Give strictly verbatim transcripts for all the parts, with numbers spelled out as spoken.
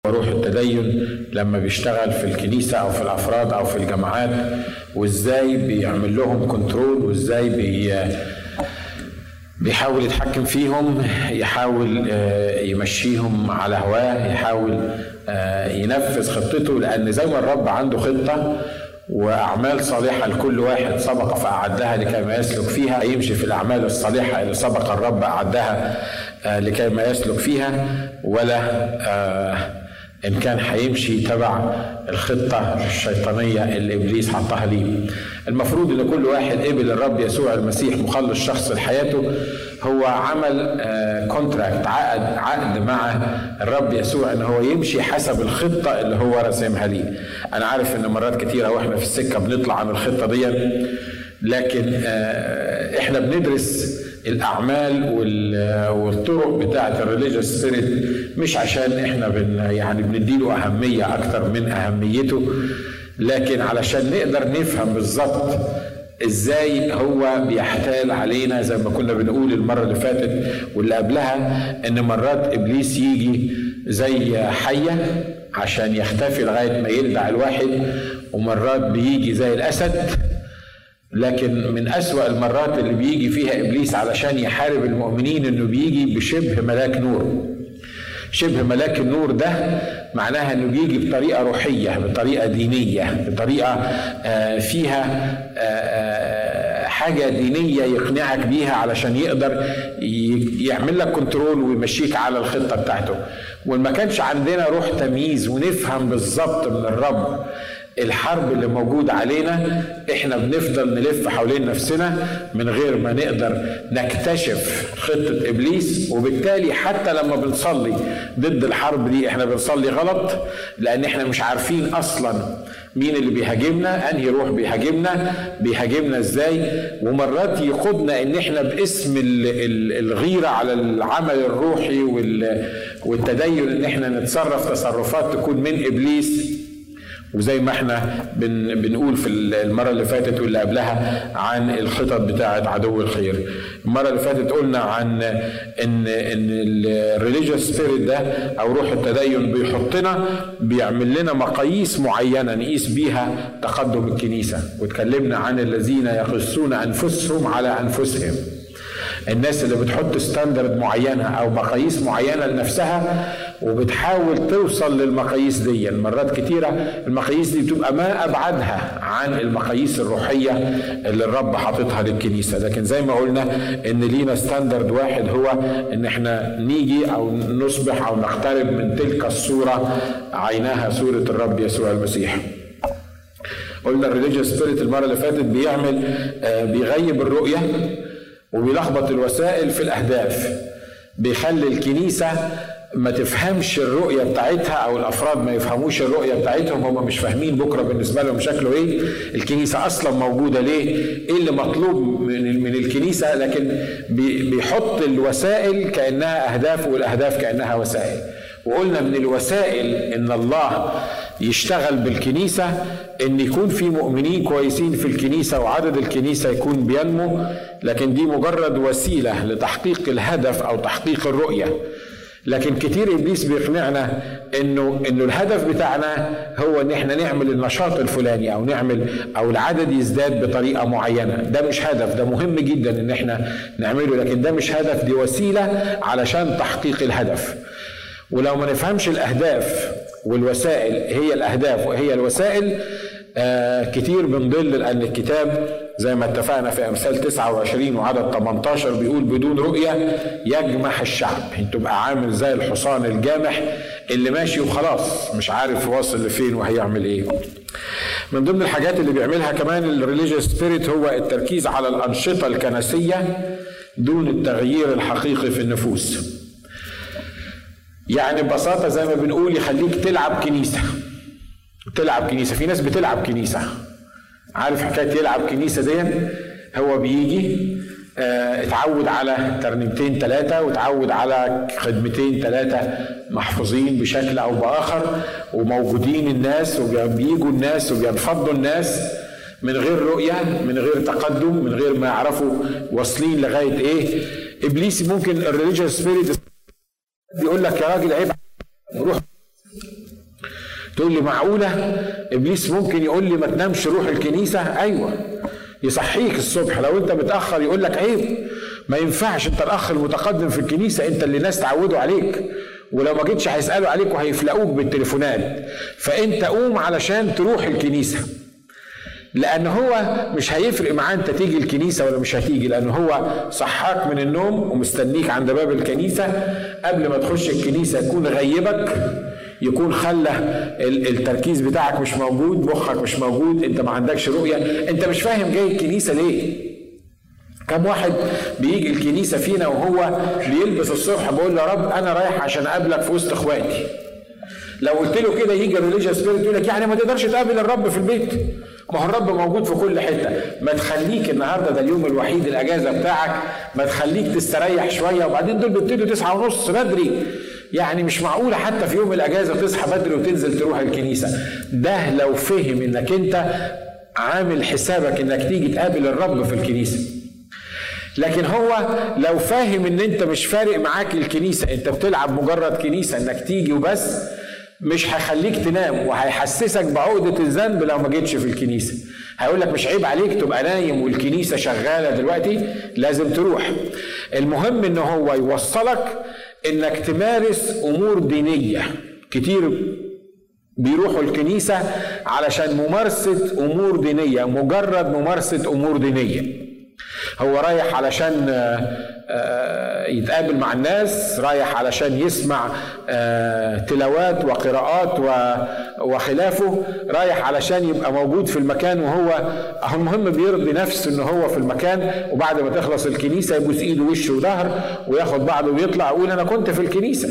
روح التدين لما بيشتغل في الكنيسة أو في الأفراد أو في الجماعات، وإزاي بيعمل لهم كنترول، وإزاي بي بيحاول يتحكم فيهم، يحاول يمشيهم على هواه، يحاول ينفذ خطته، لأن زي ما الرب عنده خطة وأعمال صالحة لكل واحد سبق فأعدها لكي ما يسلك فيها، يمشي في الأعمال الصالحة اللي سبق الرب أعدها لكي ما يسلك فيها، ولا إن كان هيمشي تبع الخطة الشيطانية اللي إبليس حطها ليه. المفروض إن كل واحد قبل الرب يسوع المسيح مخلص شخص لحياته هو عمل كونتراكت، عقد عقد مع الرب يسوع إن هو يمشي حسب الخطة اللي هو رسمها ليه. أنا عارف إن مرات كتيرة وإحنا في السكة بنطلع عن الخطة دي، لكن إحنا بندرس الأعمال والطرق بتاعة الريليجيوس سبيريت مش عشان إحنا بن يعني بنديله أهمية أكتر من أهميته، لكن علشان نقدر نفهم بالظبط إزاي هو بيحتال علينا. زي ما كنا بنقول المرة اللي فاتت واللي قبلها إن مرات إبليس يجي زي حية عشان يختفي لغاية ما يلدع الواحد، ومرات بيجي زي الأسد. لكن من أسوأ المرات اللي بيجي فيها إبليس علشان يحارب المؤمنين إنه بيجي بشبه ملاك نور. شبه ملاك النور ده معناها إنه بيجي بطريقة روحية، بطريقة دينية، بطريقة فيها حاجة دينية يقنعك بيها علشان يقدر يعمل لك كنترول ويمشيك على الخطة بتاعته. وما كانش عندنا روح تمييز ونفهم بالظبط من الرب الحرب اللي موجود علينا، احنا بنفضل نلف حوالين نفسنا من غير ما نقدر نكتشف خطة إبليس. وبالتالي حتى لما بنصلي ضد الحرب دي احنا بنصلي غلط، لأن احنا مش عارفين أصلا مين اللي بيهاجمنا، أنهي روح بيهاجمنا، بيهاجمنا ازاي. ومرات يقودنا ان احنا باسم الغيرة على العمل الروحي والتدين ان احنا نتصرف تصرفات تكون من إبليس. وزي ما احنا بن بنقول في المرة اللي فاتت واللي قبلها عن الخطط بتاعة عدو الخير. المرة اللي فاتت قلنا عن ان ان الريليجيوس سبيريت ده او روح التدين بيحطنا، بيعمل لنا مقاييس معينة نقيس بيها تقدم الكنيسة. واتكلمنا عن الذين يقيسون انفسهم على انفسهم، الناس اللي بتحط ستاندرد معينة أو مقاييس معينة لنفسها وبتحاول توصل للمقاييس دي. مرات كتيرة المقاييس دي بتبقى ما أبعدها عن المقاييس الروحية اللي الرب حاططها للكنيسة. لكن زي ما قلنا إن لينا ستاندرد واحد، هو إن إحنا نيجي أو نصبح أو نقترب من تلك الصورة عيناها صورة الرب يسوع المسيح. قلنا الريليجيوس سبيريت المرة اللي فاتت بيعمل بيغيب الرؤية وبيلخبط الوسائل في الأهداف، بيخلي الكنيسة ما تفهمش الرؤية بتاعتها أو الأفراد ما يفهموش الرؤية بتاعتهم. هم مش فاهمين بكرة بالنسبة لهم شكله إيه، الكنيسة أصلا موجودة ليه، إيه اللي مطلوب من الكنيسة. لكن بيحط الوسائل كأنها أهداف والأهداف كأنها وسائل. وقلنا من الوسائل إن الله يشتغل بالكنيسة إن يكون في مؤمنين كويسين في الكنيسة وعدد الكنيسة يكون بينمو، لكن دي مجرد وسيلة لتحقيق الهدف أو تحقيق الرؤية. لكن كتير إبليس بيقنعنا إنه إنه الهدف بتاعنا هو إن إحنا نعمل النشاط الفلاني أو نعمل أو العدد يزداد بطريقة معينة. ده مش هدف، ده مهم جدا إن إحنا نعمله، لكن ده مش هدف، دي وسيلة علشان تحقيق الهدف. ولو ما نفهمش الأهداف والوسائل هي الأهداف وهي الوسائل، آه كتير بنضل. لأن الكتاب زي ما اتفقنا في أمثال تسعة وعشرين وعدد ثمانية عشر بيقول بدون رؤية يجمح الشعب. انت تبقى عامل زي الحصان الجامح اللي ماشي وخلاص مش عارف واصل لفين وهيعمل ايه. من ضمن الحاجات اللي بيعملها كمان الريليجيوس سبيريت هو التركيز على الأنشطة الكنسية دون التغيير الحقيقي في النفوس. يعني ببساطة زي ما بنقول يخليك تلعب كنيسة تلعب كنيسة في ناس بتلعب كنيسة. عارف حكاية يلعب كنيسة دي؟ هو بيجي اه اتعود على ترنيمتين ثلاثة واتعود على خدمتين ثلاثة محفوظين بشكل أو بآخر، وموجودين الناس وبيجوا الناس وبينفضوا الناس من غير رؤية، من غير تقدم، من غير ما يعرفوا واصلين لغاية إيه. إبليس ممكن الريليجيوس سبيريت بيقول لك يا راجل عيب روح تقول لي معقولة إبليس ممكن يقول لي ما تنامش روح الكنيسة؟ أيوة، يصحيك الصبح لو أنت متأخر، يقول لك عيب، ما ينفعش، أنت الأخ المتقدم في الكنيسة، أنت اللي الناس تعودوا عليك، ولو ما جيتش هيسألوا عليك وهيفلقوك بالتليفونات، فأنت قوم علشان تروح الكنيسة. لأن هو مش هيفرق معاه أنت تيجي الكنيسة ولا مش هتيجي، لأن هو صحاك من النوم ومستنيك عند باب الكنيسة، قبل ما تخش الكنيسة يكون غيبك، يكون خلى التركيز بتاعك مش موجود، مخك مش موجود، انت ما عندكش رؤية، انت مش فاهم جاي الكنيسة ليه. كم واحد بيجي الكنيسة فينا وهو بيلبس الصبح بيقول يا رب انا رايح عشان اقابلك في وسط اخواتي. لو قلت له كده يجي الريليجيوس سبيريت يقول لك يعني ما تقدرش تقابل الرب في البيت؟ ما هو الرب موجود في كل حته. ما تخليك النهارده ده اليوم الوحيد الاجازه بتاعك، ما تخليك تستريح شويه، وبعدين دول بيبتدوا تسعة ونص بدري، يعني مش معقوله حتى في يوم الاجازه تصحى بدري وتنزل تروح الكنيسه. ده لو فهم انك انت عامل حسابك انك تيجي تقابل الرب في الكنيسه. لكن هو لو فاهم ان انت مش فارق معاك الكنيسه، انت بتلعب مجرد كنيسه انك تيجي وبس، مش هيخليك تنام وهيحسسك بعقدة الذنب لو ما جيتش في الكنيسة. هيقول لك مش عيب عليك تبقى نايم والكنيسة شغالة دلوقتي، لازم تروح. المهم ان هو يوصلك انك تمارس امور دينية. كتير بيروحوا الكنيسة علشان ممارسة امور دينية، مجرد ممارسة امور دينية. هو رايح علشان يتقابل مع الناس، رايح علشان يسمع تلاوات وقراءات وخلافه، رايح علشان يبقى موجود في المكان، وهو المهم بيرضي نفسه ان هو في المكان، وبعد ما تخلص الكنيسة يبوس ايده وشه وظهر وياخد بعضه ويطلع يقول انا كنت في الكنيسة.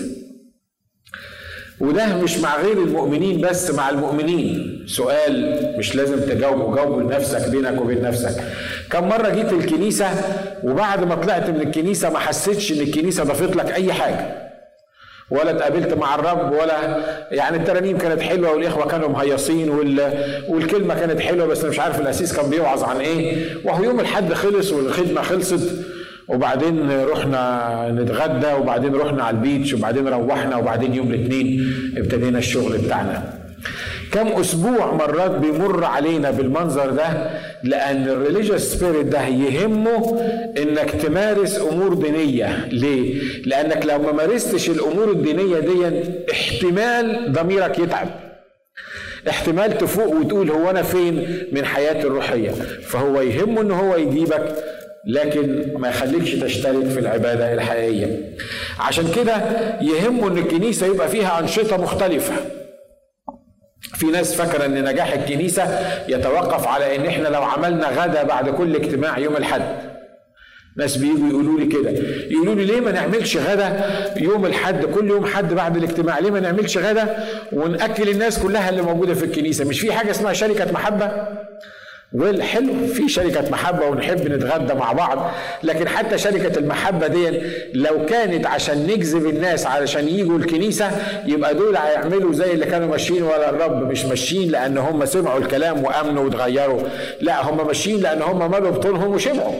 وده مش مع غير المؤمنين بس، مع المؤمنين. سؤال مش لازم تجاوبه، جاوبه لنفسك بينك وبين نفسك. كم مرة جيت الكنيسة وبعد ما طلعت من الكنيسة ما حسيتش ان الكنيسة ضافت لك اي حاجة، ولا اتقابلت مع الرب، ولا يعني الترانيم كانت حلوة والإخوة كانوا مهيصين والكلمة كانت حلوة، بس مش عارف الأسيس كان بيوعظ عن ايه، وهو يوم الحد خلص والخدمة خلصت، وبعدين رحنا نتغدى، وبعدين رحنا على البيتش، وبعدين روحنا، وبعدين يوم الاثنين ابتدينا الشغل بتاعنا. كم اسبوع مرات بيمر علينا بالمنظر ده، لان الريليجيوس سبيريت ده يهمه انك تمارس امور دينيه. ليه؟ لانك لو ما مارستش الامور الدينيه دي احتمال ضميرك يتعب، احتمال تفوق وتقول هو انا فين من حياتي الروحيه. فهو يهمه ان هو يجيبك، لكن ما يخليكش تشترك في العبادة الحقيقية. عشان كده يهمه ان الكنيسة يبقى فيها أنشطة مختلفة. في ناس فاكرة ان نجاح الكنيسة يتوقف على ان احنا لو عملنا غدا بعد كل اجتماع يوم الحد. ناس بييجوا يقولوا لي كده، يقولوا لي ليه ما نعملش غدا يوم الحد، كل يوم حد بعد الاجتماع، ليه ما نعملش غدا ونأكل الناس كلها اللي موجودة في الكنيسة؟ مش في حاجة اسمها شركة محبة؟ والحلو في شركة محبة ونحب نتغدى مع بعض، لكن حتى شركة المحبة دي لو كانت عشان نجذب الناس علشان يجوا الكنيسة، يبقى دول هيعملوا زي اللي كانوا ماشيين ولا الرب. مش ماشيين لأن هم سمعوا الكلام وأمنوا وتغيروا، لا، هم ماشيين لأن هم مالوا بطولهم وشبعوا.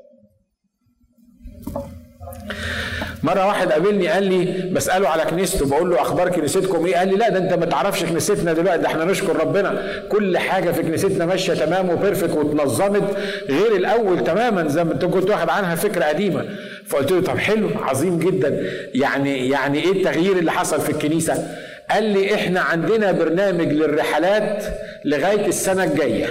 مرة واحد قابلني قال لي، بسأله على كنيسته، بقول له أخبار كنيستكم إيه؟ قال لي لا، ده أنت ما تعرفش كنيستنا دلوقتي، ده احنا نشكر ربنا كل حاجة في كنيستنا ماشية تمام وبيرفكت واتنظمت غير الأول تماما، زي ما أنت كنت واخد عنها فكرة قديمة. فقلت له طب حلو، عظيم جدا، يعني يعني إيه التغيير اللي حصل في الكنيسة؟ قال لي إحنا عندنا برنامج للرحلات لغاية السنة الجاية.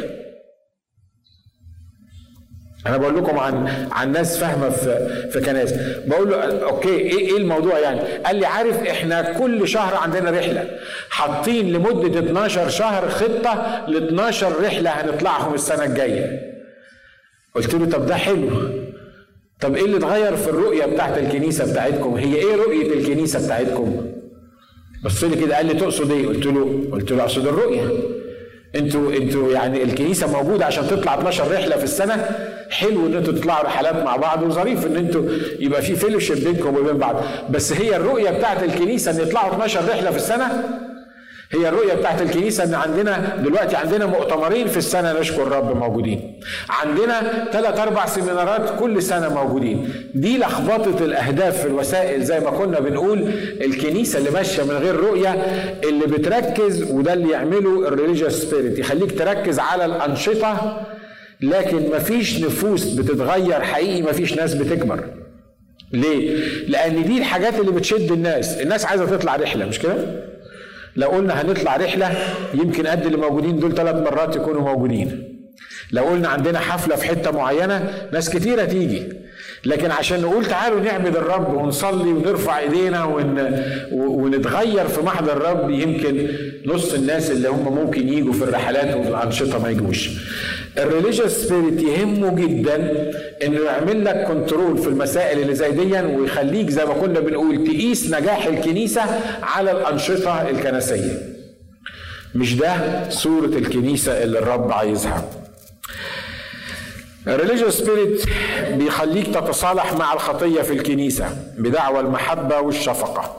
أنا بقول لكم عن عن ناس فاهمة في في كنائس. بقول له أوكي، إيه إيه الموضوع يعني؟ قال لي عارف إحنا كل شهر عندنا رحلة، حاطين لمدة اتناشر شهر خطة ل اتناشر رحلة هنطلعهم السنة الجاية. قلت له طب ده حلو، طب إيه اللي اتغير في الرؤية بتاعت الكنيسة بتاعتكم؟ هي إيه رؤية الكنيسة بتاعتكم؟ بص لي كده قال لي تقصد إيه؟ قلت له قلت له أقصد الرؤية. انتوا انتوا يعني الكنيسه موجوده عشان تطلع اتناشر رحله في السنه. حلو ان انتوا تطلعوا رحلات مع بعض، وظريف ان انتوا يبقى في فيلوشيب بينكم وبين بعض، بس هي الرؤيه بتاعت الكنيسه ان يطلعوا اتناشر رحله في السنه؟ هي الرؤية بتاعت الكنيسة ان عندنا دلوقتي عندنا مؤتمرين في السنة نشكر الرب موجودين، عندنا ثلاث اربع سيمينارات كل سنة موجودين. دي لخبطة الاهداف في الوسائل زي ما كنا بنقول. الكنيسة اللي ماشية من غير رؤية اللي بتركز، وده اللي يعمله الريليجيوس سبيريت، يخليك تركز على الانشطة لكن مفيش نفوس بتتغير حقيقي، مفيش ناس بتكبر. ليه؟ لان دي الحاجات اللي بتشد الناس. الناس عايزة تطلع رحلة، مش كده؟ لو قلنا هنطلع رحلة يمكن قد اللي موجودين دول ثلاث مرات يكونوا موجودين. لو قلنا عندنا حفلة في حتة معينة ناس كتيرة تيجي، لكن عشان نقول تعالوا نعبد الرب ونصلي ونرفع ايدينا ون... ونتغير في محضر الرب، يمكن نص الناس اللي هم ممكن يجوا في الرحلات وفي الأنشطة ما يجوش. الريليجيوس سبيريت يهمه جدا انه يعمل لك كنترول في المسائل اللي زي دي، ويخليك زي ما كنا بنقول تقيس نجاح الكنيسة على الأنشطة الكنسية. مش ده صورة الكنيسة اللي الرب عايزها. الريليجيوس سبيريت بيخليك تتصالح مع الخطية في الكنيسة بدعوى المحبة والشفقة،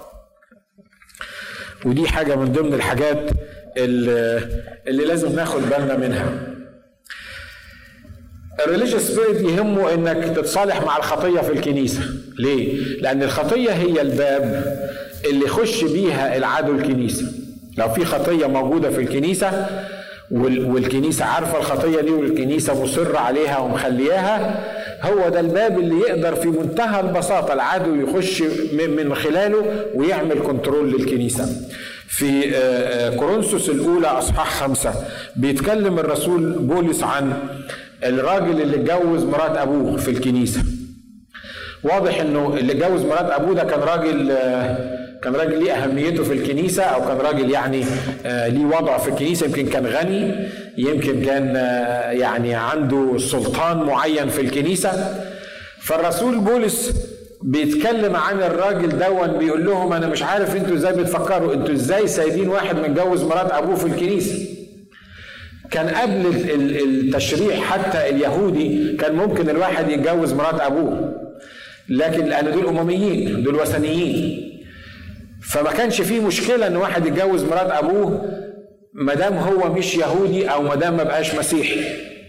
ودي حاجة من ضمن الحاجات اللي, اللي لازم ناخد بالنا منها. الريليجيوس سبيريت يهمه انك تتصالح مع الخطية في الكنيسة. ليه؟ لأن الخطية هي الباب اللي يخش بيها العدو الكنيسة. لو في خطية موجودة في الكنيسة والكنيسة عارفة الخطية دي والكنيسة مصرة عليها ومخلياها، هو ده الباب اللي يقدر في منتهى البساطة العدو يخش من خلاله ويعمل كنترول للكنيسة. في كورنثوس الأولى أصحاح خمسة بيتكلم الرسول بولس عن الراجل اللي اتجوز مرات أبوه في الكنيسة. واضح انه اللي اتجوز مرات أبوه ده كان راجل كان راجل ليه أهميته في الكنيسة، أو كان راجل يعني ليه وضع في الكنيسة، يمكن كان غني، يمكن كان يعني عنده سلطان معين في الكنيسة. فالرسول بولس بيتكلم عن الراجل دون، بيقول لهم أنا مش عارف انتوا ازاي بتفكروا، انتوا ازاي سايبين واحد متجوز مرات أبوه في الكنيسة؟ كان قبل التشريع حتى اليهودي كان ممكن الواحد يتجوز مرات أبوه، لكن لأن دول أمميين، دول وثنيين، فما كانش فيه مشكلة ان واحد يتجوز مرات ابوه مدام هو مش يهودي او مدام ما بقاش مسيحي.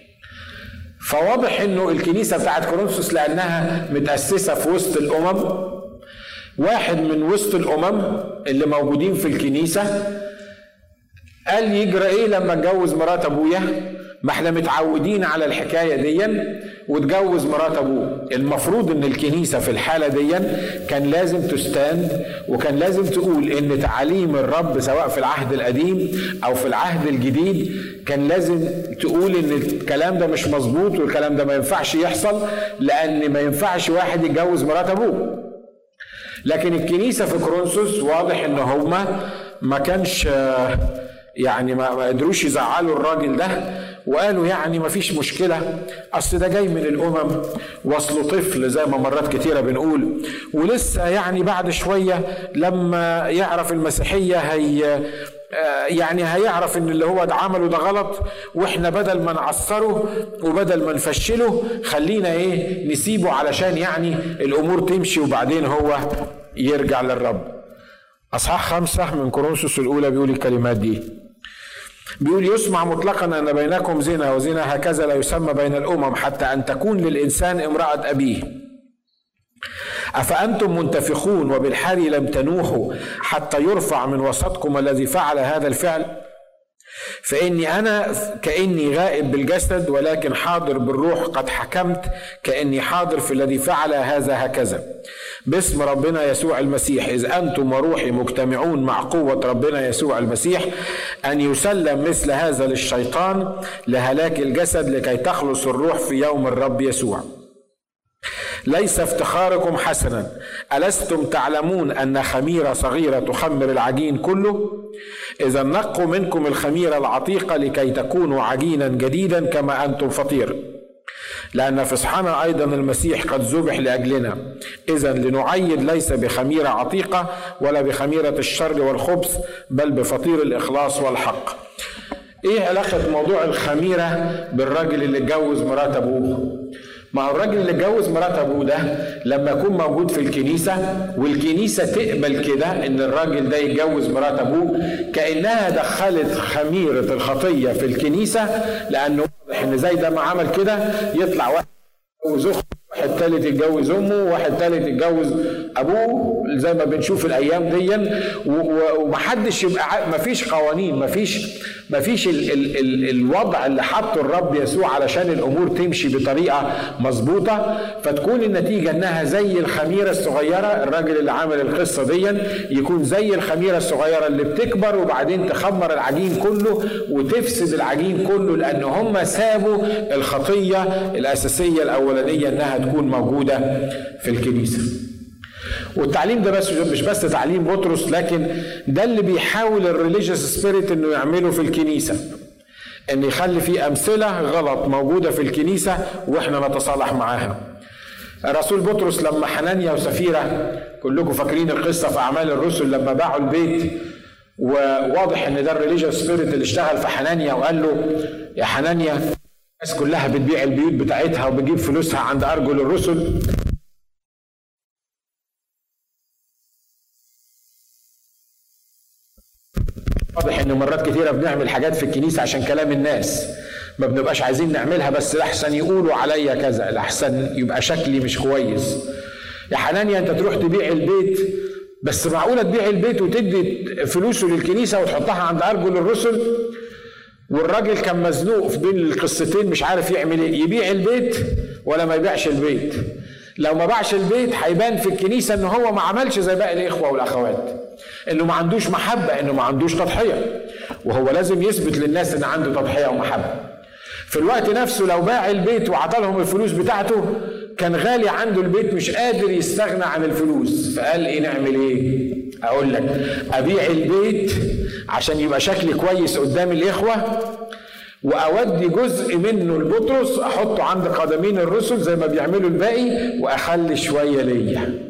فواضح انه الكنيسة بتاعت كورنثوس لانها متأسسة في وسط الامم، واحد من وسط الامم اللي موجودين في الكنيسة قال يجرى ايه لما اتجوز مرات ابويا؟ ما احنا متعودين على الحكاية دي وتجوز مرات ابوه. المفروض ان الكنيسة في الحالة دي كان لازم تستند، وكان لازم تقول ان تعاليم الرب سواء في العهد القديم او في العهد الجديد كان لازم تقول ان الكلام ده مش مظبوط والكلام ده ما ينفعش يحصل، لان ما ينفعش واحد يتجوز مرات ابوه. لكن الكنيسة في كورنثوس واضح ان هما ما كانش يعني ما قدروش يزعلوا الراجل ده، وقالوا يعني ما فيش مشكلة، أصل ده جاي من الأمم وأصله طفل زي ما مرات كتيرة بنقول، ولسه يعني بعد شوية لما يعرف المسيحية هي يعني هيعرف ان اللي هو ده عمله ده غلط، واحنا بدل ما نعصره وبدل ما نفشله خلينا ايه نسيبه علشان يعني الأمور تمشي وبعدين هو يرجع للرب. أصحاح خمسة من كورنثوس الأولى بيقول الكلمات دي، بيقول يسمع مطلقا أن بينكم زنا، وزنا هكذا لا يسمى بين الأمم حتى أن تكون للإنسان امرأة أبيه. أفأنتم منتفخون وبالحري لم تنوحوا حتى يرفع من وسطكم الذي فعل هذا الفعل؟ فإني أنا كأني غائب بالجسد ولكن حاضر بالروح، قد حكمت كأني حاضر في الذي فعل هذا هكذا باسم ربنا يسوع المسيح، إذ أنتم وروحي مجتمعون مع قوة ربنا يسوع المسيح أن يسلم مثل هذا للشيطان لهلاك الجسد لكي تخلص الروح في يوم الرب يسوع. ليس افتخاركم حسنا، ألستم تعلمون أن خميرة صغيرة تخمر العجين كله؟ إذا نقوا منكم الخميرة العتيقة لكي تكونوا عجينا جديدا كما أنتم فطير، لأن فصحنا أيضا المسيح قد ذبح لأجلنا، إذا لنعيد ليس بخميرة عتيقة ولا بخميرة الشر والخبث بل بفطير الإخلاص والحق. إيه علاقة موضوع الخميرة بالراجل اللي اتجوز مرات أبوه؟ ما هو الراجل اللي اتجوز مرات ابوه ده لما يكون موجود في الكنيسه والكنيسه تقبل كده ان الراجل ده يتجوز مرات ابوه، كانها دخلت خميره الخطيه في الكنيسه، لانه واضح ان زي ده ما عمل كده يطلع واحد يتجوز اخته، واحد تالت يتجوز امه، واحد تالت يتجوز ابوه زي ما بنشوف الايام دي، ومحدش يبقى مفيش قوانين، مفيش مفيش ال ال ال الوضع اللي حطه الرب يسوع علشان الامور تمشي بطريقه مظبوطه، فتكون النتيجه انها زي الخميره الصغيره. الراجل اللي عامل القصه دي يكون زي الخميره الصغيره اللي بتكبر وبعدين تخمر العجين كله وتفسد العجين كله، لان هم سابوا الخطيه الاساسيه الاولانيه انها تكون موجوده في الكنيسه. والتعليم ده بس مش بس تعليم بطرس، لكن ده اللي بيحاول الريليجيوس سبيريت انه يعمله في الكنيسه، ان يخلي فيه امثله غلط موجوده في الكنيسه واحنا نتصالح معاها. الرسول بطرس لما حنانيا وسفيرة، كلكم فاكرين القصه في اعمال الرسل لما باعوا البيت، وواضح ان ده الريليجيوس سبيريت اللي اشتغل في حنانيا وقال له يا حنانيا الناس كلها بتبيع البيوت بتاعتها وبتجيب فلوسها عند ارجل الرسل، واضح ان مرات كتيره بنعمل حاجات في الكنيسه عشان كلام الناس، ما بنبقاش عايزين نعملها بس لحسن يقولوا عليا كذا، لحسن يبقى شكلي مش كويس. يا حنانيا انت تروح تبيع البيت، بس معقوله تبيع البيت وتدي فلوسه للكنيسه وتحطها عند ارجل الرسل؟ والراجل كان مزنوق في بين القصتين مش عارف يعمل ايه، يبيع البيت ولا ما يبيعش البيت؟ لو ما باعش البيت هيبان في الكنيسه ان هو ما عملش زي باقي الاخوه والاخوات، انه ما عندوش محبه، انه ما عندوش تضحيه، وهو لازم يثبت للناس ان عنده تضحيه ومحبه. في الوقت نفسه لو باع البيت وعطى لهم الفلوس بتاعته كان غالي عنده البيت مش قادر يستغنى عن الفلوس، فقال ايه نعمل ايه؟ اقول لك ابيع البيت عشان يبقى شكلي كويس قدام الاخوه، واودي جزء منه لبطرس احطه عند قدمين الرسل زي ما بيعملوا الباقي، واخلي شويه ليا.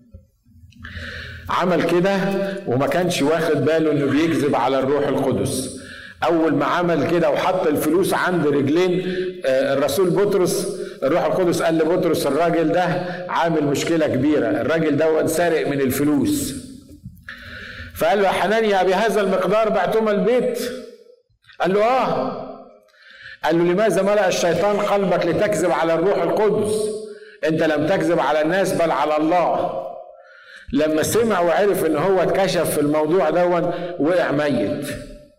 عمل كده وما كانش واخد باله انه بيكذب على الروح القدس. اول ما عمل كده وحط الفلوس عند رجلين الرسول بطرس، الروح القدس قال لبطرس الراجل ده عامل مشكله كبيره، الراجل ده سارق من الفلوس. فقال له يا حنانيا بهذا المقدار بعتم البيت؟ قال له اه. قال له لماذا ملأ الشيطان قلبك لتكذب على الروح القدس؟ انت لم تكذب على الناس بل على الله. لما سمع وعرف ان هو اتكشف في الموضوع ده وقع ميت.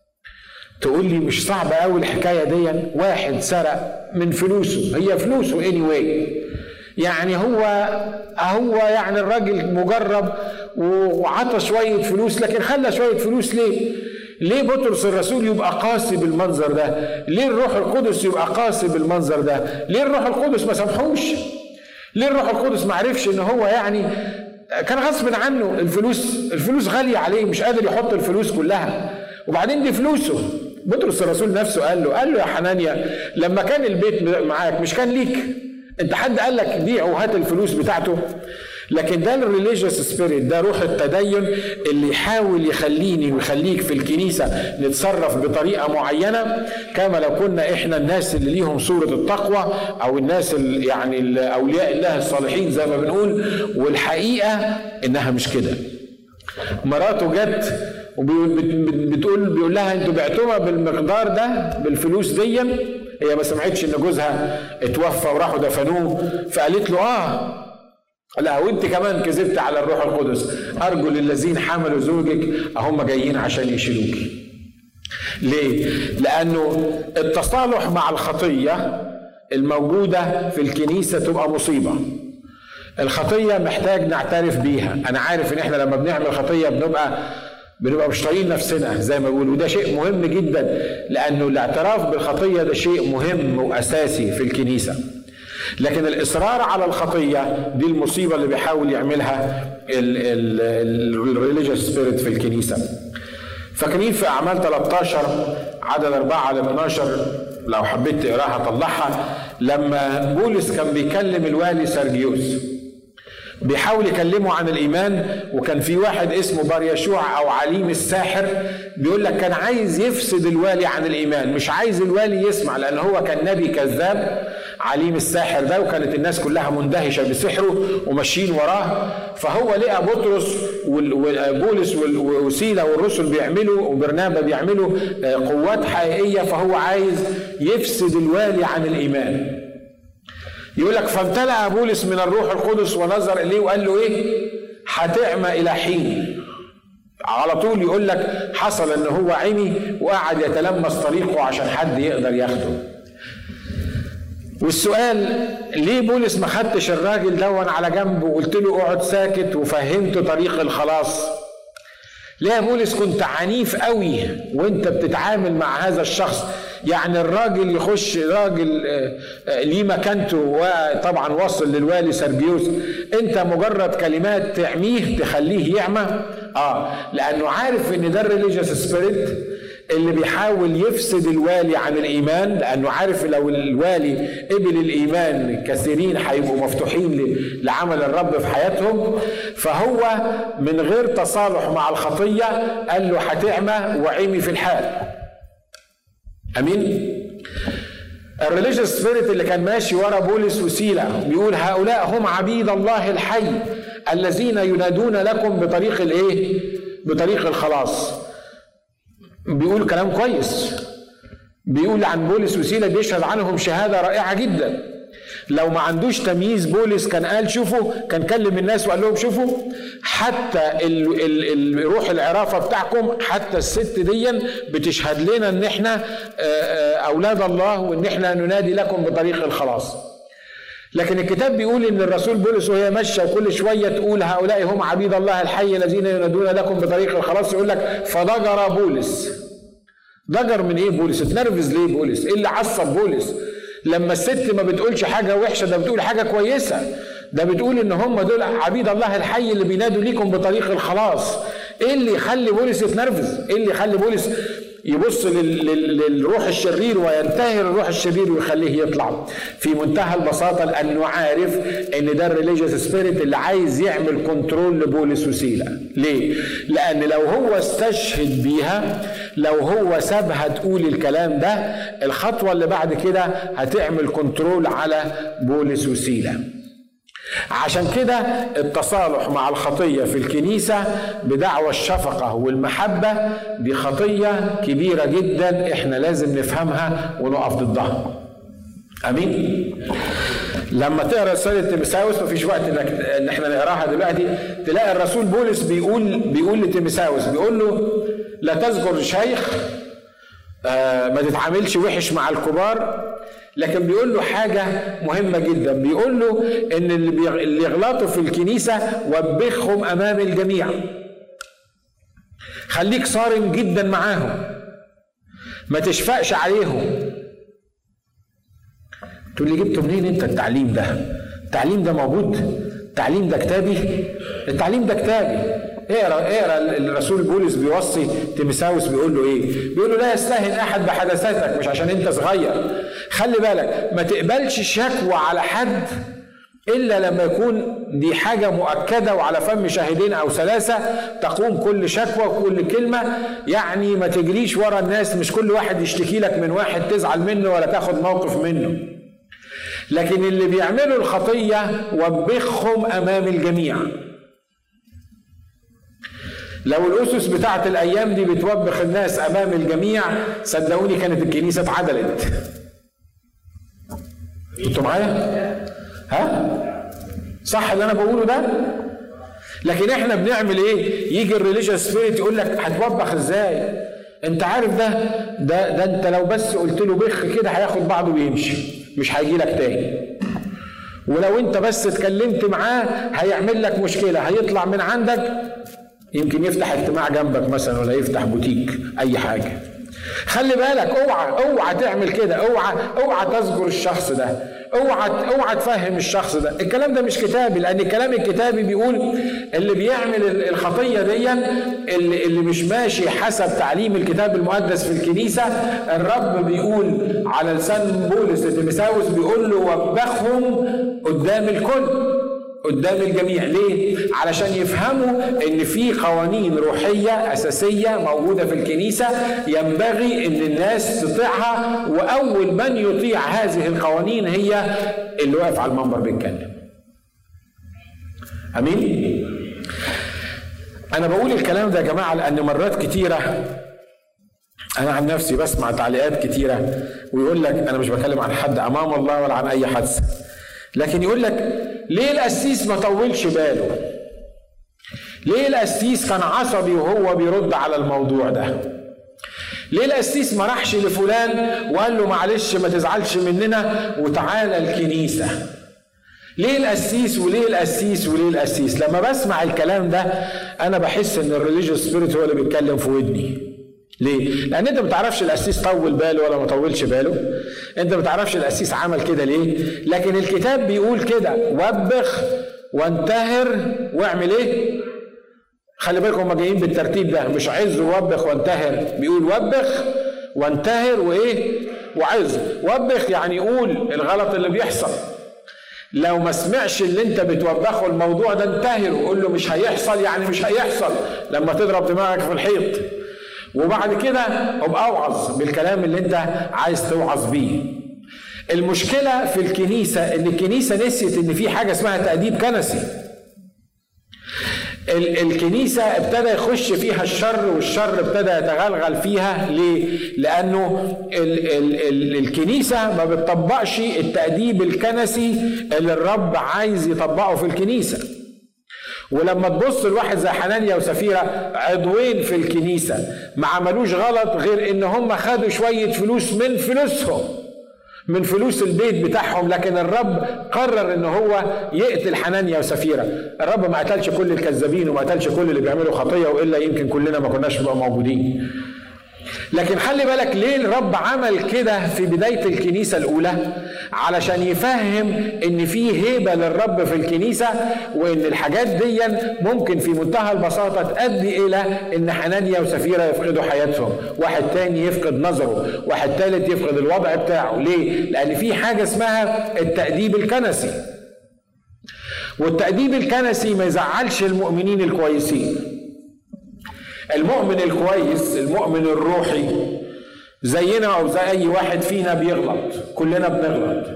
تقول لي مش صعبة قوي الحكاية دي؟ واحد سرق من فلوسه، هي فلوسه anyway، يعني هو هو يعني الراجل مجرب وعطى شوية فلوس، لكن خلى شوية فلوس ليه؟ ليه بطرس الرسول يبقى قاسي بالمنظر ده؟ ليه الروح القدس يبقى قاسي بالمنظر ده؟ ليه الروح القدس ما سامحوش؟ ليه الروح القدس ما عرفش ان هو يعني كان غصب عنه، الفلوس الفلوس غالية عليه مش قادر يحط الفلوس كلها، وبعدين دي فلوسه. بطرس الرسول نفسه قال له قال له يا حنانيا لما كان البيت معاك مش كان ليك؟ انت حد قال لك بيع وهات الفلوس بتاعته؟ لكن ده الريليجيوس سبيريت، ده روح التدين اللي يحاول يخليني ويخليك في الكنيسه نتصرف بطريقه معينه كما لو كنا احنا الناس اللي ليهم صوره التقوى، او الناس اللي يعني اولياء الله الصالحين زي ما بنقول، والحقيقه انها مش كده. مراته جت وبتقول بيقول لها انتوا بعتوها بالمقدار ده بالفلوس دي؟ هي ما سمعتش ان جوزها اتوفى وراحوا دفنوه، فقالت له اه. لا وانت كمان كذبت على الروح القدس، ارجو للذين حملوا زوجك هم جايين عشان يشيلوك. ليه؟ لانه التصالح مع الخطيه الموجوده في الكنيسه تبقى مصيبه. الخطيه محتاج نعترف بيها. انا عارف ان احنا لما بنعمل خطيه بنبقى بنبقى مش طايقين نفسنا زي ما بيقولوا، وده شيء مهم جدا، لانه الاعتراف بالخطيه ده شيء مهم واساسي في الكنيسه. لكن الاصرار على الخطيه دي المصيبه اللي بيحاول يعملها الريليجيوس سبيريت في الكنيسه. فاكرين في اعمال ثلاثة عشر عدد أربعة ل اثناشر لو حبيت تقراها طلعها، لما بولس كان بيكلم الوالي سرجيوس بيحاول يكلمه عن الإيمان. وكان في واحد اسمه بار يشوع أو عليم الساحر، بيقول لك كان عايز يفسد الوالي عن الإيمان، مش عايز الوالي يسمع، لأن هو كان نبي كذاب عليم الساحر ده، وكانت الناس كلها مندهشة بسحره وماشيين وراه. فهو لقى بطرس وبولس وسيلة والرسل بيعملوا وبرنابا بيعملوا قوات حقيقية، فهو عايز يفسد الوالي عن الإيمان. يقول لك فامتلأ بولس من الروح القدس ونظر إليه وقال له إيه؟ هتعمى إلى حين. على طول يقول لك حصل إن هو عمي وقعد يتلمس طريقه عشان حد يقدر ياخده. والسؤال ليه بولس ما خدتش الراجل دون على جنب وقلت له اقعد ساكت وفهمته طريق الخلاص؟ ليه يا بولس كنت عنيف قوي وانت بتتعامل مع هذا الشخص؟ يعني الراجل يخش راجل ليه مكانته وطبعا وصل للوالي سربيوس، انت مجرد كلمات تعميه تخليه يعمى؟ اه لانه عارف ان ده الريليجيوس سبيريت اللي بيحاول يفسد الوالي عن الإيمان، لأنه عارف لو الوالي قبل الإيمان كثيرين هيبقوا مفتوحين لعمل الرب في حياتهم. فهو من غير تصالح مع الخطية قال له هتعمى وعمي في الحال. أمين؟ الريليجيوس سبيريت اللي كان ماشي ورا بولس وسيلة بيقول هؤلاء هم عبيد الله الحي الذين ينادون لكم بطريق الايه؟ بطريق الخلاص. بيقول كلام كويس، بيقول عن بولس وسيلة بيشهد عنهم شهادة رائعة جدا. لو ما عندوش تمييز بولس كان قال شوفوا، كان كلم الناس وقال لهم شوفوا حتى ال ال الروح العرافة بتاعكم، حتى الست دي بتشهد لنا ان احنا اولاد الله وان احنا ننادي لكم بطريق الخلاص. لكن الكتاب بيقول ان الرسول بولس وهي ماشيه وكل شويه تقول هؤلاء هم عبيد الله الحي الذين ينادون لكم بطريق الخلاص، يقول لك فضجر بولس. ضجر من ايه بولس؟ اتنرفز ليه بولس؟ ايه اللي عصب بولس؟ لما الست ما بتقولش حاجه وحشه، ده بتقول حاجه كويسه، ده بتقول ان هم دول عبيد الله الحي اللي بينادوا ليكم بطريق الخلاص. ايه اللي يخلي بولس يتنرفز؟ ايه اللي يخلي بولس يبص للروح الشرير وينتهر الروح الشرير ويخليه يطلع؟ في منتهى البساطة لأنه عارف ان ده الريليجيوس سبيريت اللي عايز يعمل كنترول لبولس وسيلة. ليه؟ لأن لو هو استشهد بيها، لو هو سابها تقول الكلام ده، الخطوة اللي بعد كده هتعمل كنترول على بولس وسيلة. عشان كده التصالح مع الخطية في الكنيسة بدعوى الشفقة والمحبة دي خطية كبيرة جدا احنا لازم نفهمها ونقف ضدها. امين. لما تقرا رسالة تيموثاوس، مفيش وقت انك ان احنا نقراها دلوقتي، تلاقي الرسول بولس بيقول بيقول لتيموثاوس، بيقول له لا تذكر شيخ، آه ما تتعاملش وحش مع الكبار، لكن بيقول له حاجة مهمة جدا، بيقول له ان اللي يغلطوا في الكنيسة وبخهم امام الجميع. خليك صارم جدا معاهم، ما تشفقش عليهم. تقول لي جبته منين انت التعليم ده؟ التعليم ده موجود؟ التعليم ده كتابي؟ التعليم ده كتابي. اقرا اقرا الرسول بولس بيوصي تيموثاوس بيقول له ايه؟ بيقول له لا يستهن احد بحدثاتك، مش عشان انت صغير. خلي بالك ما تقبلش شكوى على حد الا لما يكون دي حاجه مؤكده وعلى فم شاهدين او ثلاثه تقوم كل شكوى وكل كلمه. يعني ما تجريش ورا الناس، مش كل واحد يشتكي لك من واحد تزعل منه ولا تاخد موقف منه. لكن اللي بيعملوا الخطيه وبخهم امام الجميع. لو الأسس بتاعت الأيام دي بتوبخ الناس أمام الجميع، صدقوني كانت الكنيسة اتعدلت. انتوا معايا؟ ها؟ صح اللي أنا بقوله ده؟ لكن احنا بنعمل ايه؟ يجي الريليجيوس سبيريت يقول لك هتوبخ ازاي؟ انت عارف ده ده ده انت لو بس قلت له بخ كده هياخد بعضه ويمشي، مش هيجي لك تاني. ولو انت بس اتكلمت معاه هيعمل لك مشكلة، هيطلع من عندك يمكن يفتح اجتماع جنبك مثلا ولا يفتح بوتيك اي حاجه. خلي بالك، اوعى اوعى تعمل كده، اوعى اوعى تذكر الشخص ده، اوعى اوعى تفهم الشخص ده. الكلام ده مش كتابي، لان الكلام الكتابي بيقول اللي بيعمل الخطيه دي اللي, اللي مش ماشي حسب تعليم الكتاب المقدس في الكنيسه، الرب بيقول على لسان بولس لتيموثاوس بيقول له وبخهم قدام الكل، قدام الجميع. ليه؟ علشان يفهموا ان في قوانين روحية اساسية موجودة في الكنيسة ينبغي ان الناس تطيعها، واول من يطيع هذه القوانين هي اللي واقف على المنبر بيتكلم. امين؟ انا بقول الكلام ده يا جماعة لان مرات كتيرة انا عن نفسي بسمع تعليقات كتيرة ويقول لك انا مش بكلم عن حد امام الله ولا عن اي حادثة، لكن يقول لك ليه القسيس ما طولش باله؟ ليه القسيس كان عصبي وهو بيرد على الموضوع ده؟ ليه القسيس ما راحش لفلان وقال له معلش ما تزعلش مننا وتعالى الكنيسة؟ ليه القسيس وليه القسيس وليه القسيس؟ لما بسمع الكلام ده انا بحس ان الريليجيوس سبيريت هو اللي بيتكلم في ودني. ليه؟ لأن أنت ما تعرفش القسيس طول باله ولا ما طولش باله، أنت ما تعرفش القسيس عمل كده ليه، لكن الكتاب بيقول كده وبخ وانتهر واعمل إيه؟ خلي بالكم هم جايين بالترتيب ده، مش عز ووبخ وانتهر، بيقول وبخ وانتهر وإيه؟ وعز. وبخ يعني يقول الغلط اللي بيحصل، لو ما سمعش اللي انت بتوبخه الموضوع ده انتهر وقول له مش هيحصل، يعني مش هيحصل لما تضرب دماغك في الحيط، وبعد كده ابقى اوعظ بالكلام اللي انت عايز توعظ بيه. المشكلة في الكنيسة ان الكنيسة نسيت ان في حاجة اسمها تأديب كنسي. الكنيسة ابتدى يخش فيها الشر، والشر ابتدى يتغلغل فيها. ليه؟ لأنه ال ال ال الكنيسة ما بتطبقش التأديب الكنسي اللي الرب عايز يطبقه في الكنيسة. ولما تبص الواحد زي حنانيا وسفيرة عضوين في الكنيسة ما عملوش غلط غير ان هم خدوا شوية فلوس من فلوسهم، من فلوس البيت بتاعهم، لكن الرب قرر ان هو يقتل حنانيا وسفيرة. الرب ما قتلش كل الكذابين وما قتلش كل اللي بيعملوا خطية، وإلا يمكن كلنا ما كناش بقى موجودين. لكن خلي بالك ليه الرب عمل كده في بداية الكنيسة الأولى؟ علشان يفهم ان في هيبة للرب في الكنيسة، وان الحاجات دي ممكن في منتهى البساطة تؤدي الى ان حنانيا وسفيرة يفقدوا حياتهم، واحد تاني يفقد نظره، واحد تالت يفقد الوضع بتاعه. ليه؟ لان في حاجة اسمها التأديب الكنسي، والتأديب الكنسي ما يزعلش المؤمنين الكويسين. المؤمن الكويس، المؤمن الروحي زينا او زي اي واحد فينا بيغلط، كلنا بنغلط.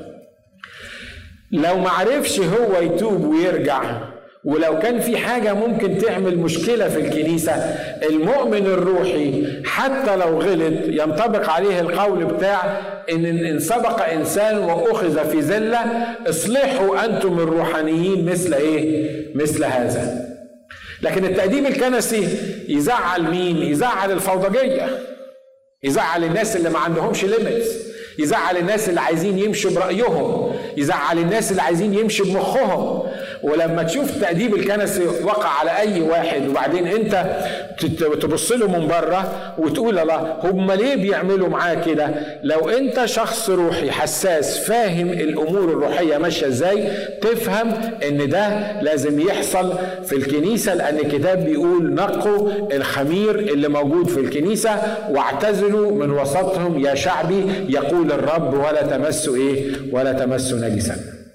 لو ما عرفش هو يتوب ويرجع، ولو كان في حاجة ممكن تعمل مشكلة في الكنيسة، المؤمن الروحي حتى لو غلط ينطبق عليه القول بتاع إن إن سبق إنسان وأخذ في زلة اصلحوا أنتم الروحانيين مثل إيه؟ مثل هذا. لكن التأديب الكنسي يزعل مين؟ يزعل الفوضجية، يزعل الناس اللي ما عندهمش ليميتس، يزعل الناس اللي عايزين يمشوا برأيهم، يزعل الناس اللي عايزين يمشوا بمخهم. ولما تشوف التأديب الكنسي وقع على أي واحد وبعدين أنت تبص له من بره وتقول الله هم ليه بيعملوا معاه كده؟ لو أنت شخص روحي حساس فاهم الأمور الروحية ماشية إزاي، تفهم إن ده لازم يحصل في الكنيسة، لأن الكتاب بيقول نقوا الخمير اللي موجود في الكنيسة واعتزلوا من وسطهم يا شعبي يقول الرب ولا تمسوا إيه؟ ولا تمسوا نجسا.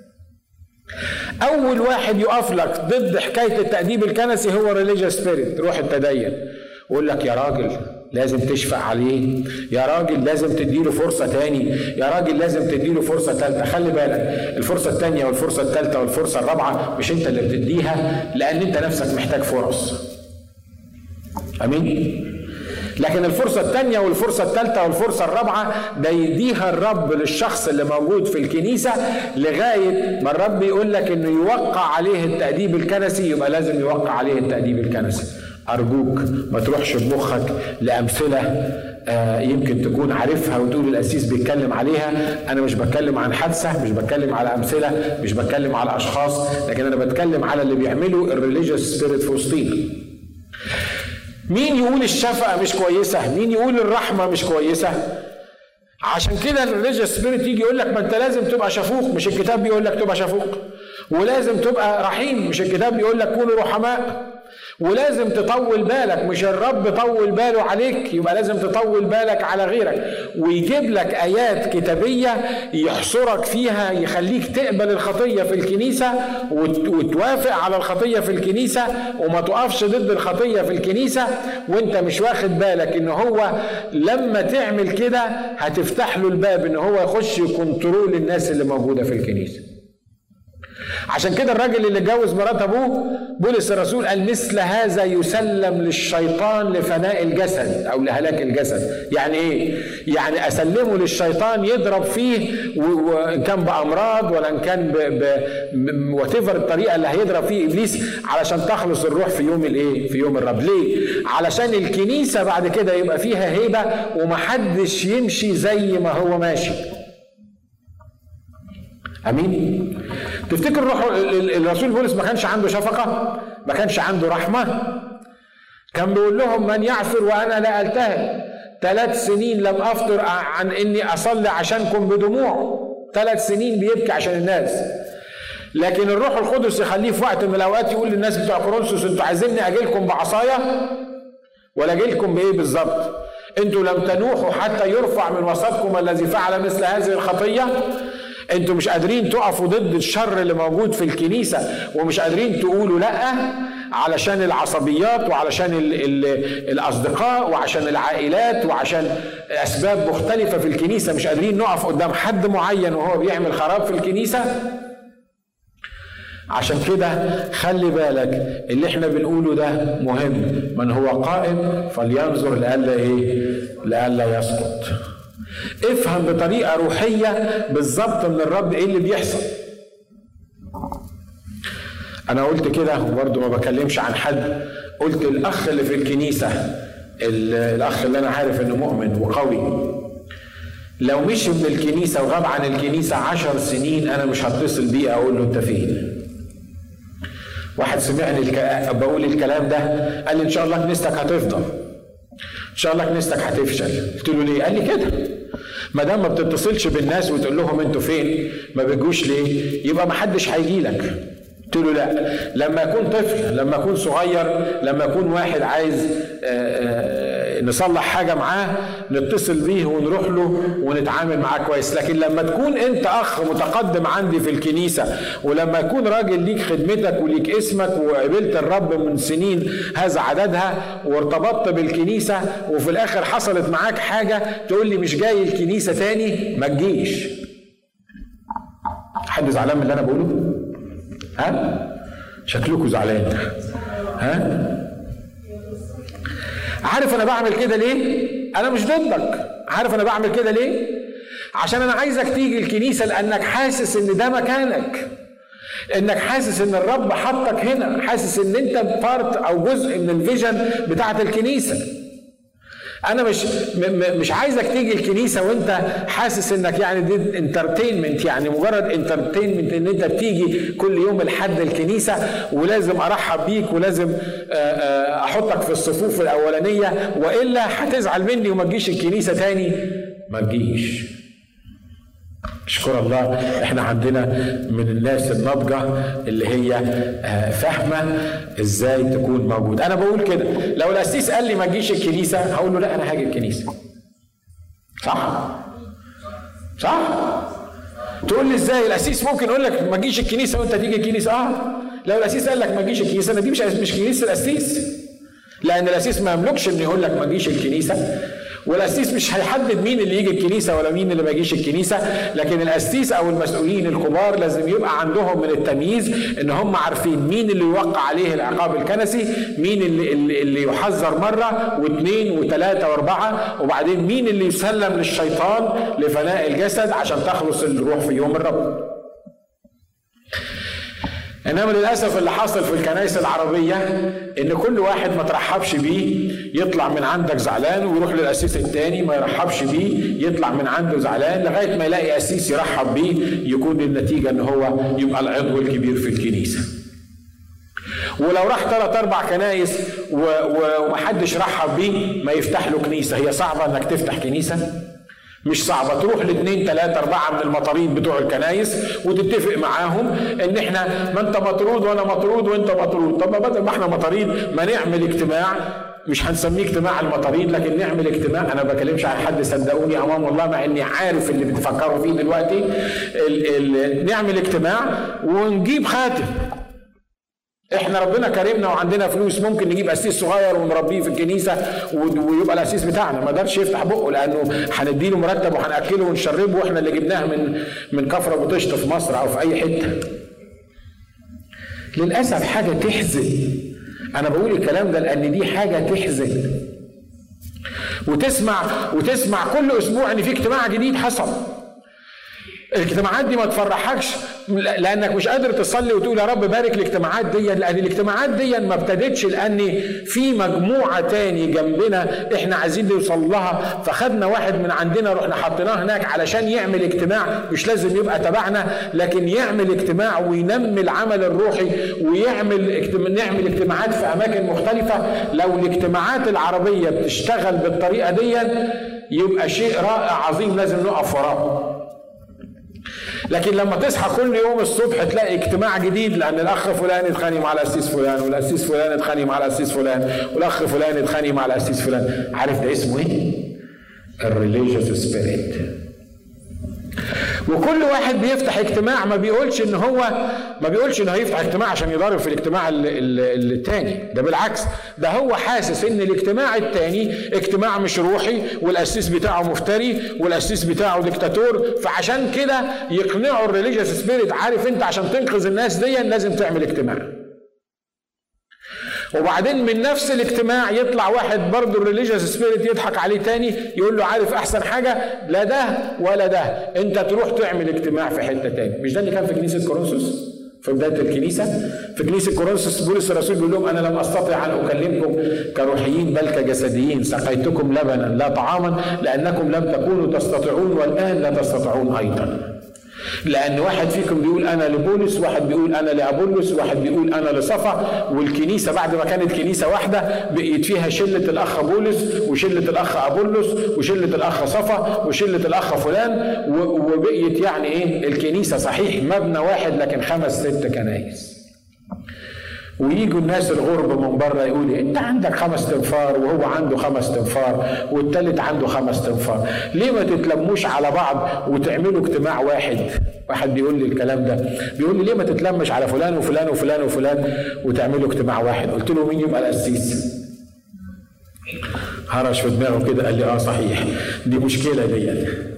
أول واحد يقف لك ضد حكاية التأديب الكنسي هو ريليجيوس سبيريت، روح التدين، ويقول لك يا راجل لازم تشفق عليه، يا راجل لازم تديله فرصة تاني، يا راجل لازم تديله فرصة تالتة. خلي بالك الفرصة التانية والفرصة التالتة والفرصة الرابعة مش انت اللي بتديها، لأن انت نفسك محتاج فرص. أمين؟ لكن الفرصة الثانية والفرصة الثالثة والفرصة الرابعة ده يديها الرب للشخص اللي موجود في الكنيسة لغاية ما الرب يقول لك انه يوقع عليه التأديب الكنسي، يبقى لازم يوقع عليه التأديب الكنسي. أرجوك ما تروحش بمخك لأمثلة آه يمكن تكون عارفها وتقول القسيس بيتكلم عليها. أنا مش بتكلم عن حادثة، مش بتكلم على أمثلة، مش بتكلم على أشخاص، لكن أنا بتكلم على اللي بيعمله الريليجيوس سبيريت في وسطينا. مين يقول الشفقة مش كويسة؟ مين يقول الرحمة مش كويسة؟ عشان كده الريليجيوس سبيريت يجي يقول لك ما انت لازم تبقى شفوق، مش الكتاب بيقول لك تبقى شفوق، ولازم تبقى رحيم، مش الكتاب بيقول لك كونوا رحماء، ولازم تطول بالك، مش الرب طول باله عليك يبقى لازم تطول بالك على غيرك، ويجيب لك آيات كتابية يحصرك فيها يخليك تقبل الخطية في الكنيسة وتوافق على الخطية في الكنيسة وما تقفش ضد الخطية في الكنيسة وانت مش واخد بالك ان هو لما تعمل كده هتفتح له الباب ان هو يخش يكنترول الناس اللي موجودة في الكنيسة. عشان كده الراجل اللي جوز مرات ابوه بولس الرسول قال مثل هذا يسلم للشيطان لفناء الجسد او لهلاك الجسد. يعني ايه؟ يعني اسلمه للشيطان يضرب فيه وان كان بامراض ولا ان كان وتفر الطريقه اللي هيضرب فيه ابليس علشان تخلص الروح في يوم الايه؟ في يوم الرب. ليه؟ علشان الكنيسه بعد كده يبقى فيها هيبه ومحدش يمشي زي ما هو ماشي. امين. تفتكر الروح الرسول بولس ما كانش عنده شفقه؟ ما كانش عنده رحمه؟ كان بيقول لهم من يعثر وانا لا التهب، ثلاث سنين لم افطر عن اني اصلي عشانكم بدموع، ثلاث سنين بيبكي عشان الناس. لكن الروح القدس يخليه في وقت من الاوقات يقول للناس بتوع كورنثوس انتوا عايزيني اجيلكم بعصايه ولا اجيلكم بايه بالظبط؟ انتوا لم تنوحوا حتى يرفع من وسطكم الذي فعل مثل هذه الخطيه. انتوا مش قادرين تقفوا ضد الشر اللي موجود في الكنيسة ومش قادرين تقولوا لا علشان العصبيات وعلشان ال ال الأصدقاء وعشان العائلات وعشان أسباب مختلفة في الكنيسة. مش قادرين نقف قدام حد معين وهو بيعمل خراب في الكنيسة. عشان كده خلي بالك اللي احنا بنقوله ده مهم. من هو قائم فلينظر لألا ايه؟ لألا يسقط. افهم بطريقة روحية بالظبط من الرب ايه اللي بيحصل. انا قلت كده وبرضه ما بكلمش عن حد، قلت الاخ اللي في الكنيسة، الاخ اللي انا عارف انه مؤمن وقوي، لو مشي من الكنيسة وغاب عن الكنيسة عشر سنين انا مش هتصل بيه اقول له انت فين. واحد سمعني الك... بقول الكلام ده قال لي ان شاء الله كنيستك هتفضل، ان شاء الله كنيستك هتفشل. قلت له ليه؟ قال لي كده ما دام ما بتتصلش بالناس وتقول لهم انتوا فين ما بيجوش ليه يبقى ما حدش هيجي لك. قلت له لا، لما يكون طفل، لما يكون صغير، لما يكون واحد عايز آآ آآ نصلح حاجه معاه نتصل بيه ونروح له ونتعامل معاه كويس. لكن لما تكون انت اخ متقدم عندي في الكنيسه ولما يكون راجل ليك خدمتك وليك اسمك وقبلت الرب من سنين هذا عددها وارتبطت بالكنيسه وفي الاخر حصلت معاك حاجه تقول لي مش جاي الكنيسه تاني، ما تجيش. حد زعلان من اللي انا بقوله؟ ها؟ شكلكوا زعلان. ها؟ عارف انا بعمل كده ليه؟ انا مش ضدك. عارف انا بعمل كده ليه؟ عشان انا عايزك تيجي الكنيسة لانك حاسس ان ده مكانك، انك حاسس ان الرب حطك هنا، حاسس ان انت بارت او جزء من الفيجن بتاعت الكنيسة. انا مش مش عايزك تيجي الكنيسه وانت حاسس انك يعني دي انترتينمنت، يعني مجرد انترتينمنت ان انت بتيجي كل يوم الحد الكنيسه ولازم ارحب بيك ولازم احطك في الصفوف الاولانيه والا هتزعل مني وما تجيش الكنيسه تاني. ما تجيش. اشكر الله احنا عندنا من الناس الناضجه اللي هي فاهمه ازاي تكون موجود. انا بقول كده لو القسيس قال لي ما تجيش الكنيسه هقول له لا انا هاجي الكنيسه. صح؟ صح؟ تقول لي ازاي؟ القسيس ممكن يقول لك ما تجيش الكنيسه وانت تيجي الكنيسه. اه لو القسيس قال لك ما تجيش الكنيسه انا دي مش مش كنيسه القسيس، لان القسيس ما يملكش انه يقول لك ما تجيش الكنيسه، والقسيس مش هيحدد مين اللي يجي الكنيسه ولا مين اللي ما يجيش الكنيسه. لكن القسيس او المسؤولين الكبار لازم يبقى عندهم من التمييز ان هم عارفين مين اللي يوقع عليه العقاب الكنسي، مين اللي اللي يحذر مره واثنين وثلاثه واربعه، وبعدين مين اللي يسلم للشيطان لفناء الجسد عشان تخلص الروح في يوم الرب. انما للاسف اللي حاصل في الكنائس العربيه ان كل واحد ما ترحبش بيه يطلع من عندك زعلان ويروح للقسيس التاني ما يرحبش بيه يطلع من عنده زعلان لغايه ما يلاقي قسيس يرحب بيه، يكون النتيجه ان هو يبقى العضو الكبير في الكنيسه. ولو راح ثلاث اربع كنايس ومحدش رحب بيه ما يفتح له كنيسه. هي صعبه انك تفتح كنيسه؟ مش صعبة، تروح لاثنين ثلاثة أربعة من المطاريد بتوع الكنايس وتتفق معاهم إن إحنا ما أنت مطرود وأنا مطرود وأنت مطرود. طب ما بدل ما إحنا مطاريد ما نعمل اجتماع، مش هنسميه اجتماع المطاريد لكن نعمل اجتماع. أنا ما بكلمش عن حد صدقوني أمام الله مع إني عارف اللي بتفكروا فيه دلوقتي. ال ال نعمل اجتماع ونجيب خاتم. احنا ربنا كرمنا وعندنا فلوس، ممكن نجيب قسيس صغير ونربيه في الكنيسه ويبقى القسيس بتاعنا، ما قدرش يفتح بقه لانه هنديله مرتب وهناكله ونشربه واحنا اللي جبناه من من كفر ابو طشت في مصر او في اي حته. للاسف حاجه تحزن. انا بقول الكلام ده لان دي حاجه تحزن. وتسمع وتسمع كل اسبوع ان في اجتماع جديد حصل. الاجتماعات دي ما تفرحكش لانك مش قادر تصلي وتقول يا رب بارك الاجتماعات دي، لان الاجتماعات دي ما ابتدتش لان في مجموعه تاني جنبنا احنا عايزين نوصل لها، فخدنا واحد من عندنا رحنا حطيناه هناك علشان يعمل اجتماع. مش لازم يبقى تبعنا لكن يعمل اجتماع وينمي العمل الروحي ويعمل اجتماع نعمل اجتماعات في اماكن مختلفه. لو الاجتماعات العربيه بتشتغل بالطريقه دي يبقى شيء رائع عظيم لازم نقف وراه. لكن لما تصحى كل يوم الصبح تلاقي اجتماع جديد لان الاخ فلان اتخانق مع القسيس فلان والقسيس فلان اتخانق مع القسيس فلان والاخ فلان اتخانق مع القسيس فلان، عارف ده اسمه ايه؟ الريليجيوس سبيريت. وكل واحد بيفتح اجتماع ما بيقولش ان هو ما بيقولش انه هيفتح اجتماع عشان يضارب في الاجتماع الثاني، ده بالعكس، ده هو حاسس ان الاجتماع الثاني اجتماع مش روحي والاسيس بتاعه مفتري والاسيس بتاعه ديكتاتور، فعشان كده يقنعوا الريليجيوس سبيريت عارف انت عشان تنقذ الناس دي لازم تعمل اجتماع. وبعدين من نفس الاجتماع يطلع واحد برضه الريليجيوس سبيريت يضحك عليه تاني يقول له عارف احسن حاجه؟ لا ده ولا ده، انت تروح تعمل اجتماع في حته تاني. مش ده اللي كان في كنيسه كورنثوس في بدايه الكنيسه؟ في كنيسه كورنثوس بولس الرسول بيقول لهم انا لم استطع ان اكلمكم كروحيين بل كجسديين، سقيتكم لبنا لا طعاما لانكم لم تكونوا تستطيعون والان لا تستطيعون ايضا. لأن واحد فيكم بيقول أنا لبولس، واحد بيقول أنا لأبولس، واحد بيقول أنا لصفا، والكنيسة بعد ما كانت كنيسة واحدة بقيت فيها شلة الأخ بولس وشلة الأخ أبولس وشلة الأخ صفا وشلة الأخ فلان، وبقيت يعني إيه الكنيسة صحيح مبنى واحد لكن خمس ست كنايس. وييجوا الناس الغرب من بره يقول انت عندك خمس تنفار وهو عنده خمس تنفار والتالت عنده خمس تنفار، ليه ما تتلموش على بعض وتعملوا اجتماع واحد؟ واحد بيقول لي الكلام ده، بيقول لي ليه ما تتلمش على فلان وفلان وفلان وفلان وتعملوا اجتماع واحد؟ قلت له مين يبقى القسيس؟ هرش في دماغه كده قال لي اه صحيح دي مشكله دي.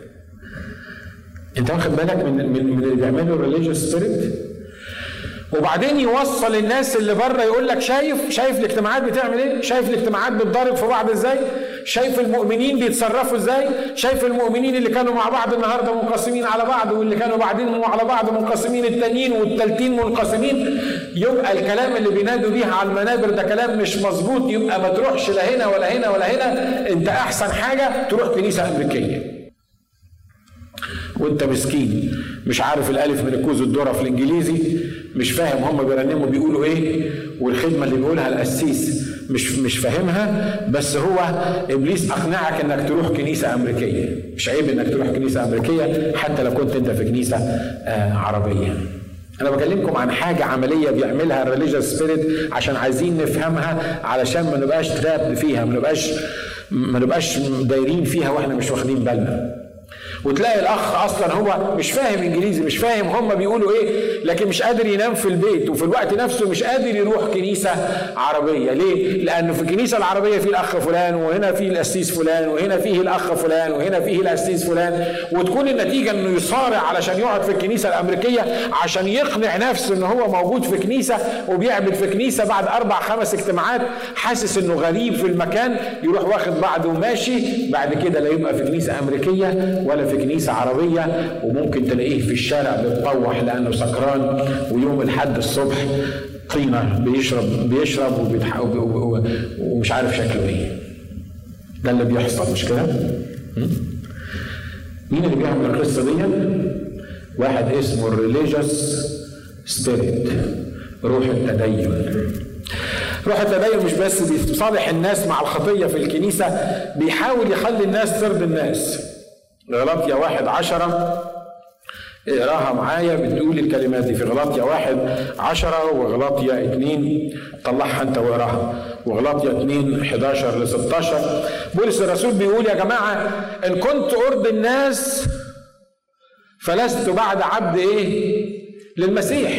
انت واخد بالك من من, من اللي بيعملوا الريليجيوس سبيريت؟ وبعدين يوصل الناس اللي بره يقول لك شايف شايف الاجتماعات بتعمل ايه؟ شايف الاجتماعات بتضارب في بعض ازاي؟ شايف المؤمنين بيتصرفوا ازاي؟ شايف المؤمنين اللي كانوا مع بعض النهارده منقسمين على بعض واللي كانوا بعدين على بعض منقسمين التانيين والتالتين منقسمين؟ يبقى الكلام اللي بينادوا بيه على المنابر ده كلام مش مظبوط. يبقى ما تروحش لا هنا ولا هنا ولا هنا، انت احسن حاجه تروح كنيسه امريكيه. وانت مسكين مش عارف الالف من الكوز الذره في الانجليزي، مش فاهم هم بيرنموا بيقولوا ايه، والخدمه اللي بيقولها القسيس مش مش فاهمها، بس هو ابليس اقنعك انك تروح كنيسه امريكيه. مش عيب انك تروح كنيسه امريكيه حتى لو كنت انت في كنيسه آه عربيه. انا بكلمكم عن حاجه عمليه بيعملها الريليجيوس سبيريت عشان عايزين نفهمها علشان ما نبقاش تراب فيها، ما نبقاش ما نبقاش دايرين فيها واحنا مش واخدين بالنا. وتلاقي الاخ اصلا هو مش فاهم انجليزي، مش فاهم هم بيقولوا ايه، لكن مش قادر ينام في البيت وفي الوقت نفسه مش قادر يروح كنيسه عربيه. ليه؟ لانه في الكنيسه العربيه في الاخ فلان وهنا فيه القسيس فلان وهنا فيه الاخ فلان وهنا فيه القسيس فلان، وتكون النتيجه انه يصارع علشان يقعد في الكنيسه الامريكيه عشان يقنع نفسه ان هو موجود في كنيسه وبيعمل في كنيسه بعد اربع خمس اجتماعات حاسس انه غريب في المكان، يروح واخد بعضه وماشي. بعد كده لا يبقى في كنيسه امريكيه ولا في كنيسة عربية، وممكن تلاقيه في الشارع بيتطوح لأنه سكران، ويوم الحد الصبح طينة بيشرب بيشرب ومش عارف شكله ايه. ده اللي بيحصل مش كده؟ مين اللي بيعمل القصة دي؟ واحد اسمه الريليجيوس سبيريت، روح التدين. روح التدين مش بس بيصالح الناس مع الخطية في الكنيسة، بيحاول يخلي الناس ترضي الناس. غلاطيا واحد عشرة، اقراها معايا، بتقول الكلمات دي في غلاطيا واحد عشرة وغلاطيا اتنين، طلعها انت واقراها، وغلاطيا اتنين حداشر لستاشر. بولس الرسول بيقول يا جماعة ان كنت ارضي الناس فلست بعد عبد ايه؟ للمسيح.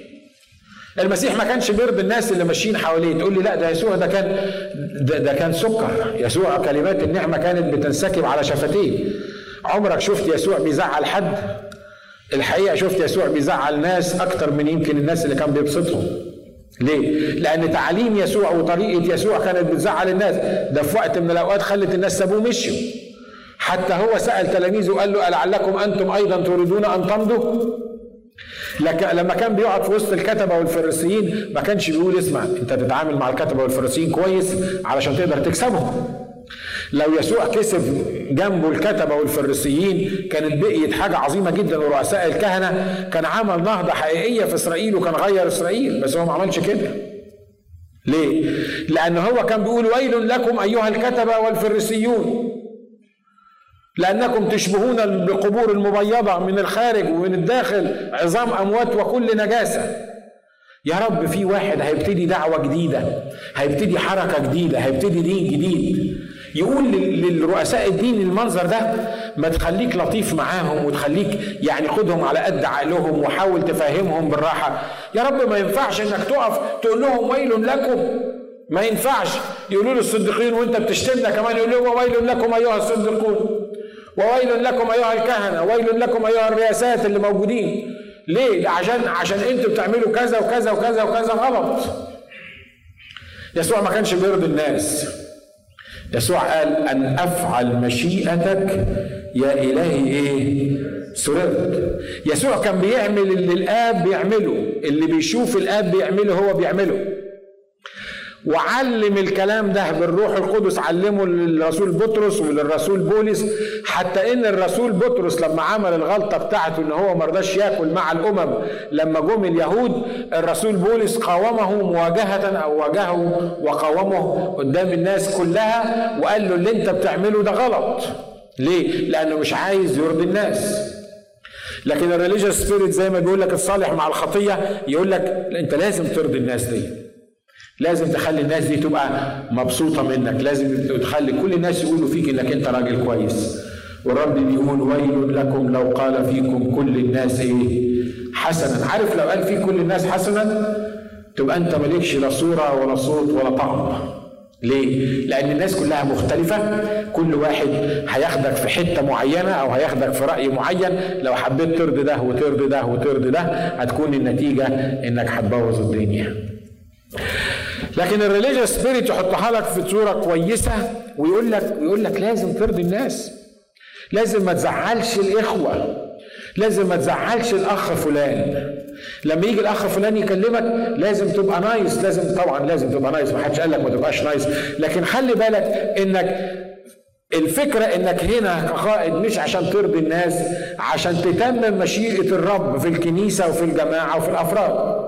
المسيح ما كانش بيرضي الناس اللي ماشيين حواليه. تقول لي لا ده يسوع ده كان ده, ده كان سكر. يسوع كلمات النعمة كانت بتنسكب على شفتيه. عمرك شفت يسوع بيزعل حد؟ الحقيقة شفت يسوع بيزعل ناس أكتر من يمكن الناس اللي كان بيبسطهم. ليه؟ لأن تعاليم يسوع وطريقة يسوع كانت بتزعل الناس. ده في وقت من الأوقات خلت الناس سابوه مشوا. حتى هو سأل تلاميذه وقال له ألعلكم أنتم أيضا تريدون أن تمضوا؟ لكن لما كان بيقعد في وسط الكتبة والفريسيين ما كانش بيقول اسمع أنت تتعامل مع الكتبة والفريسيين كويس علشان تقدر تكسبهم. لو يسوع كسب جنبه الكتبة والفريسيين كانت بقيت حاجة عظيمة جدا، ورؤساء الكهنة كان عمل نهضة حقيقية في إسرائيل وكان غير إسرائيل، بس هو ما عملش كده. ليه؟ لأن هو كان بيقول ويل لكم أيها الكتبة والفريسيون لأنكم تشبهون بالقبور المبيضة من الخارج ومن الداخل عظام أموات وكل نجاسة. يا رب في واحد هيبتدي دعوة جديدة، هيبتدي حركة جديدة، هيبتدي دين جديد، يقول للرؤساء الدين المنظر ده ما تخليك لطيف معاهم وتخليك يعني خدهم على قد عقلهم وحاول تفهمهم بالراحة. يا رب ما ينفعش انك تقف تقول لهم ويل لكم، ما ينفعش. يقولوا للصديقين وانت بتشتمنا كمان يقول لهم ويل لكم ايها الصديقون، وويل لكم ايها الكهنة، ويل لكم ايها الرئاسات اللي موجودين. ليه؟ عشان عشان انتوا بتعملوا كذا وكذا وكذا وكذا غلط. يسوع ما كانش بيرضي الناس. يسوع قال أن أفعل مشيئتك يا إلهي إيه؟ سررت. يسوع كان بيعمل اللي الآب بيعمله، اللي بيشوف الآب بيعمله هو بيعمله. وعلم الكلام ده بالروح القدس، علمه للرسول بطرس وللرسول بولس، حتى ان الرسول بطرس لما عمل الغلطة بتاعته ان هو مرضاش ياكل مع الامم لما جم اليهود، الرسول بولس قاومه مواجهة او واجهه وقاومه قدام الناس كلها وقال له اللي انت بتعمله ده غلط. ليه؟ لانه مش عايز يرضي الناس. لكن الريليجيوس سبيريت زي ما بيقول لك الصالح مع الخطية يقول لك انت لازم ترضي الناس دي، لازم تخلي الناس دي تبقى مبسوطة منك، لازم تخلي كل الناس يقولوا فيك انك انت راجل كويس. والرب بيقول ويل لكم لو قال فيكم كل الناس ايه؟ حسنا. عارف لو قال فيك كل الناس حسنا تبقى انت مالكش لا صورة ولا صوت ولا طعم. ليه؟ لأن الناس كلها مختلفة، كل واحد هياخدك في حتة معينة أو هياخدك في رأي معين. لو حبيت ترضي ده وترضي ده وترضي ده هتكون النتيجة إنك هتبوظ الدنيا. لكن الريليجيوس سبيريت يحطها لك في صورة كويسة ويقول لك ويقول لك لازم ترضي الناس، لازم ما تزعلش الإخوة، لازم ما تزعلش الأخ فلان. لما يجي الأخ فلان يكلمك لازم تبقى نايس، لازم طبعا لازم تبقى نايس، ما حدش قال لك ما تبقاش نايس، لكن خلي بالك إنك الفكرة إنك هنا كقائد مش عشان ترضي الناس، عشان تتمم مشيئة الرب في الكنيسة وفي الجماعة وفي الأفراد.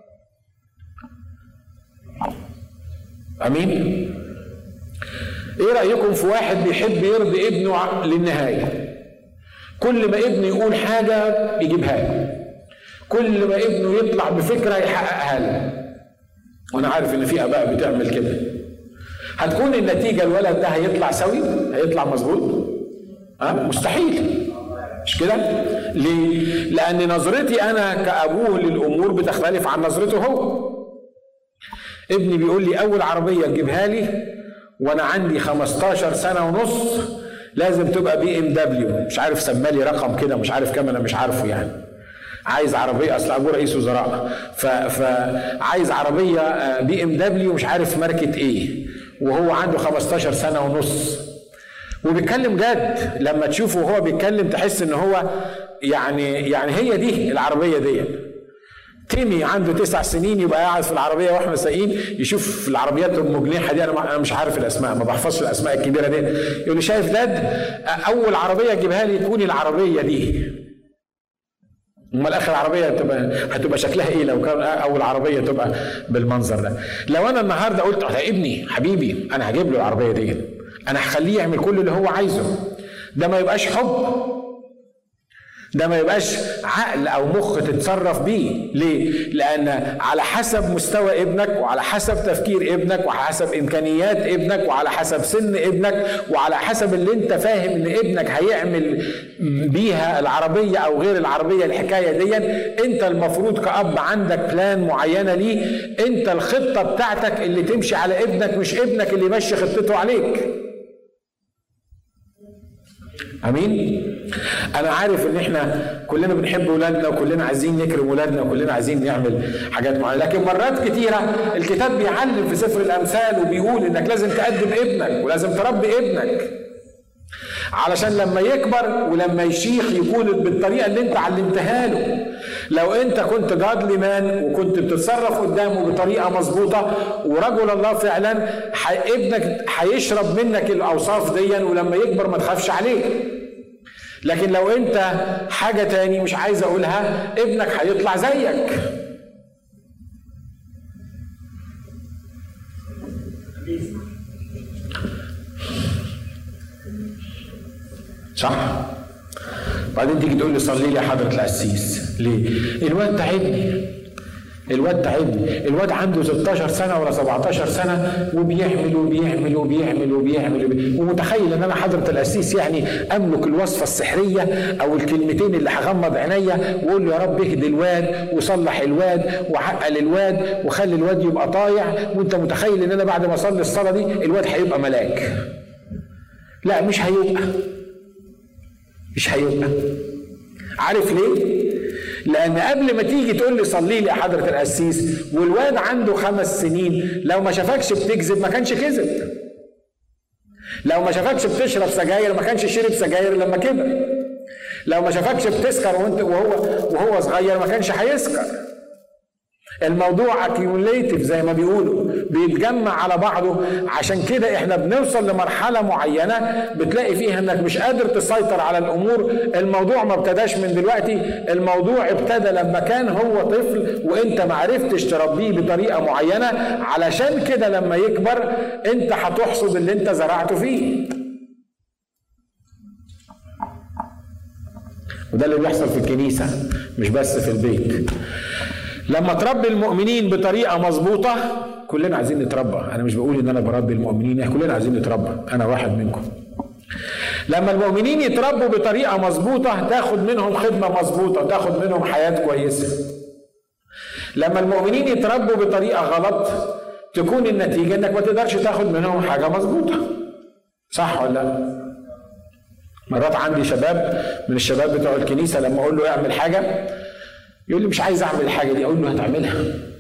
أمين؟ إيه رأيكم في واحد بيحب يرضي ابنه للنهاية؟ كل ما ابنه يقول حاجة يجيبها له، كل ما ابنه يطلع بفكرة يحققها له. وأنا عارف إن في آباء بتعمل كده. هتكون النتيجة الولد ده هيطلع سوي؟ هيطلع مظبوط؟ أه؟ مستحيل. مش كده؟ ليه؟ لأن نظرتي أنا كأبوه للأمور بتختلف عن نظرته هو. ابني بيقول لي أول عربية تجيبها لي وأنا عندي خمستاشر سنة ونص لازم تبقى بي ام دبليو، مش عارف سمالي رقم كده مش عارف كام، أنا مش عارفه يعني. عايز عربية، أصل أبوه رئيس وزراء، فعايز عربية بي ام دبليو مش عارف ماركة إيه، وهو عنده خمستاشر سنة ونص وبيتكلم جد. لما تشوفه وهو بيتكلم تحس إن هو يعني يعني هي دي العربية دي. تيمي عنده تسع سنين يبقى قاعد في العربيه واحنا سايقين يشوف العربيات المجنحه دي، انا مش عارف الاسماء، ما بحفظش الاسماء الكبيره دي، يقول لي شايف داد اول عربيه اجيبها لي تكون العربيه دي. امال اخر عربيه هتبقى هتبقى شكلها ايه لو كان اول عربيه تبقى بالمنظر ده؟ لو انا النهارده قلت يا ابني حبيبي انا هجيب له العربيه دي، انا هخليه يعمل كل اللي هو عايزه، ده ما يبقاش حب، ده ما يبقاش عقل او مخ تتصرف بيه. ليه؟ لان على حسب مستوى ابنك وعلى حسب تفكير ابنك وعلى حسب امكانيات ابنك وعلى حسب سن ابنك وعلى حسب اللي انت فاهم ان ابنك هيعمل بيها العربية او غير العربية الحكاية دي، انت المفروض كأب عندك بلان معينة ليه، انت الخطة بتاعتك اللي تمشي على ابنك، مش ابنك اللي يمشي خطته عليك. امين. انا عارف ان احنا كلنا بنحب ولادنا وكلنا عايزين نكرم ولادنا وكلنا عايزين نعمل حاجات معينه، لكن مرات كتيره الكتاب بيعلم في سفر الامثال وبيقول انك لازم تقدم ابنك ولازم تربي ابنك علشان لما يكبر ولما يشيخ يكون بالطريقه اللي انت علمتها له. لو انت كنت جادلي مان وكنت بتتصرف قدامه بطريقه مظبوطه ورجل الله فعلا، ابنك هيشرب منك الاوصاف دي ولما يكبر ما تخافش عليه. لكن لو انت حاجه تاني مش عايز اقولها، ابنك هيطلع زيك. صح؟ بعدين تيجي تقول لي صلي لي يا حضرة القسيس. ليه؟ الواد تعبني، الواد تعبني، الواد عنده ستاشر سنة ولا سبعتاشر سنة وبيعمل وبيعمل وبيعمل وبيعمل وبيعمل ومتخيل ان انا حضرة القسيس يعني املك الوصفة السحرية او الكلمتين اللي هغمض عينيا واقول له يا رب اهدي الواد وصلح الواد وعقل الواد وخلي الواد يبقى طايع، وانت متخيل ان انا بعد ما اصلي الصلاة دي الواد هيبقى ملاك. لا، مش هيبقى، مش هيبقى. عارف ليه؟ لأن قبل ما تيجي تقول لي صلي لي يا حضرة القسيس والواد عنده خمس سنين، لو ما شافكش بتكذب ما كانش كذب. لو ما شافكش بتشرب سجاير ما كانش شرب سجاير لما كبر. لو ما شافكش بتسكر وانت وهو وهو صغير ما كانش هيسكر. الموضوع اكيوميليتيف زي ما بيقولوا، بيتجمع على بعضه. عشان كده احنا بنوصل لمرحله معينه بتلاقي فيها انك مش قادر تسيطر على الامور. الموضوع ما ابتداش من دلوقتي، الموضوع ابتدى لما كان هو طفل وانت ما عرفتش تربيه بطريقه معينه، علشان كده لما يكبر انت هتحصد اللي انت زرعته فيه. وده اللي بيحصل في الكنيسه مش بس في البيت. لما تربي المؤمنين بطريقة مظبوطة، كلنا عايزين نتربى، أنا مش بقول إن أنا بربي المؤمنين، إحنا كلنا عايزين نتربى، أنا واحد منكم. لما المؤمنين يتربوا بطريقة مظبوطة تاخد منهم خدمة مظبوطة وتاخد منهم حياة كويسة. لما المؤمنين يتربوا بطريقة غلط تكون النتيجة إنك ما تقدرش تاخد منهم حاجة مظبوطة. صح ولا لا؟ مرات عندي شباب من الشباب بتوع الكنيسة لما أقول له اعمل حاجة يقول لي مش عايز اعمل الحاجه دي. اقول له هتعملها،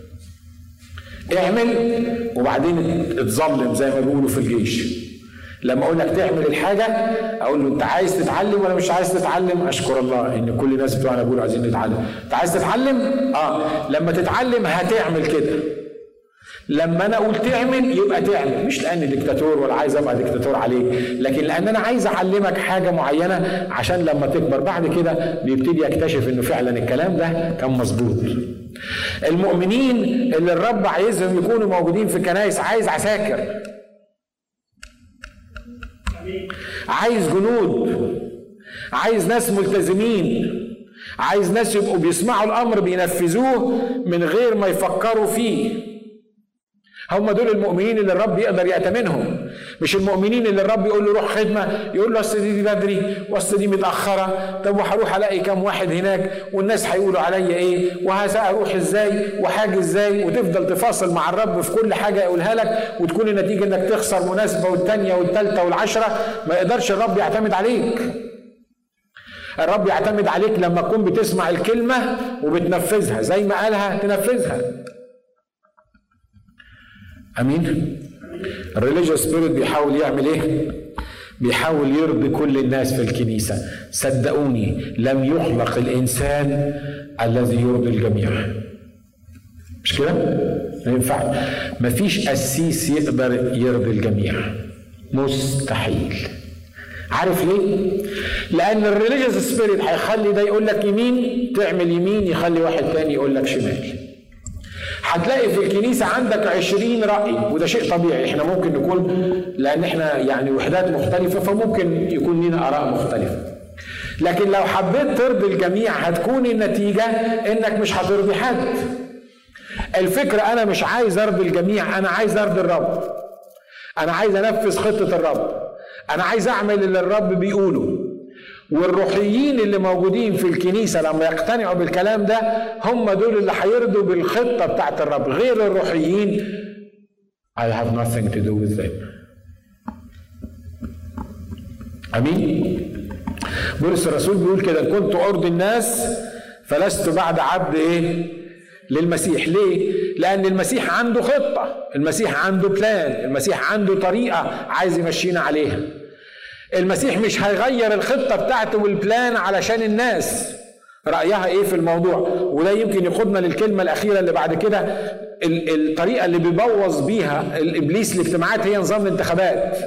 اعمل وبعدين اتظلم زي ما بيقولوا في الجيش. لما اقول لك تعمل الحاجه اقول له انت عايز تتعلم ولا مش عايز تتعلم؟ اشكر الله ان كل الناس بتوعنا بيقولوا عايزين نتعلم. انت عايز تتعلم؟ اه لما تتعلم هتعمل كده. لما انا اقول تعمل يبقى تعمل، مش لاني ديكتاتور ولا عايز ابقى ديكتاتور عليك، لكن لان انا عايز اعلمك حاجه معينه عشان لما تكبر بعد كده بيبتدي يكتشف انه فعلا الكلام ده كان مظبوط. المؤمنين اللي الرب عايزهم يكونوا موجودين في الكنائس عايز عساكر، عايز جنود، عايز ناس ملتزمين، عايز ناس يبقوا بيسمعوا الامر بينفذوه من غير ما يفكروا فيه. هم دول المؤمنين اللي الرب يقدر يأتمنهم، مش المؤمنين اللي الرب يقول له روح خدمة يقول له اصل دي بدري واصل دي متأخرة، طب وهروح الاقي كام واحد هناك والناس هيقولوا عليا ايه وهروح ازاي وحاجة ازاي، وتفضل تفاصل مع الرب في كل حاجة يقولها لك وتكون النتيجة انك تخسر مناسبة والتانية والتالتة والعشرة. ما يقدرش الرب يعتمد عليك. الرب يعتمد عليك لما تكون بتسمع الكلمة وبتنفذها زي ما قالها تنفذها. امين. الريليجيوس سبيريت بيحاول يعمل ايه؟ بيحاول يرضي كل الناس في الكنيسه. صدقوني لم يخلق الانسان الذي يرضي الجميع، مش كده؟ ما ينفعش. مفيش قسيس يقدر يرضي الجميع، مستحيل. عارف ليه؟ لان الريليجيوس سبيريت هيخلي ده يقول لك يمين تعمل يمين، يخلي واحد تاني يقول لك شمال. هتلاقي في الكنيسة عندك عشرين رأي، وده شيء طبيعي. احنا ممكن نكون لأن احنا يعني وحدات مختلفة فممكن يكون لنا آراء مختلفة، لكن لو حبيت ترضي الجميع هتكون النتيجة انك مش هترضي حد. الفكرة انا مش عايز ارضي الجميع، انا عايز ارضي الرب، انا عايز انفذ خطة الرب، انا عايز اعمل اللي الرب بيقوله. والروحيين اللي موجودين في الكنيسة لما يقتنعوا بالكلام ده هم دول اللي هيرضوا بالخطة بتاعت الرب. غير الروحيين I have nothing to do with them. امين. بولس الرسول بيقول كده: كنت ارضي الناس فلست بعد عبد ايه للمسيح. ليه؟ لان المسيح عنده خطة، المسيح عنده بلان، المسيح عنده طريقة عايز يمشينا عليها. المسيح مش هيغير الخطة بتاعته والبلان علشان الناس رأيها ايه في الموضوع. وده يمكن يقودنا للكلمة الأخيرة اللي بعد كده. الطريقة اللي بيبوظ بيها الإبليس الاجتماعات هي نظام الانتخابات.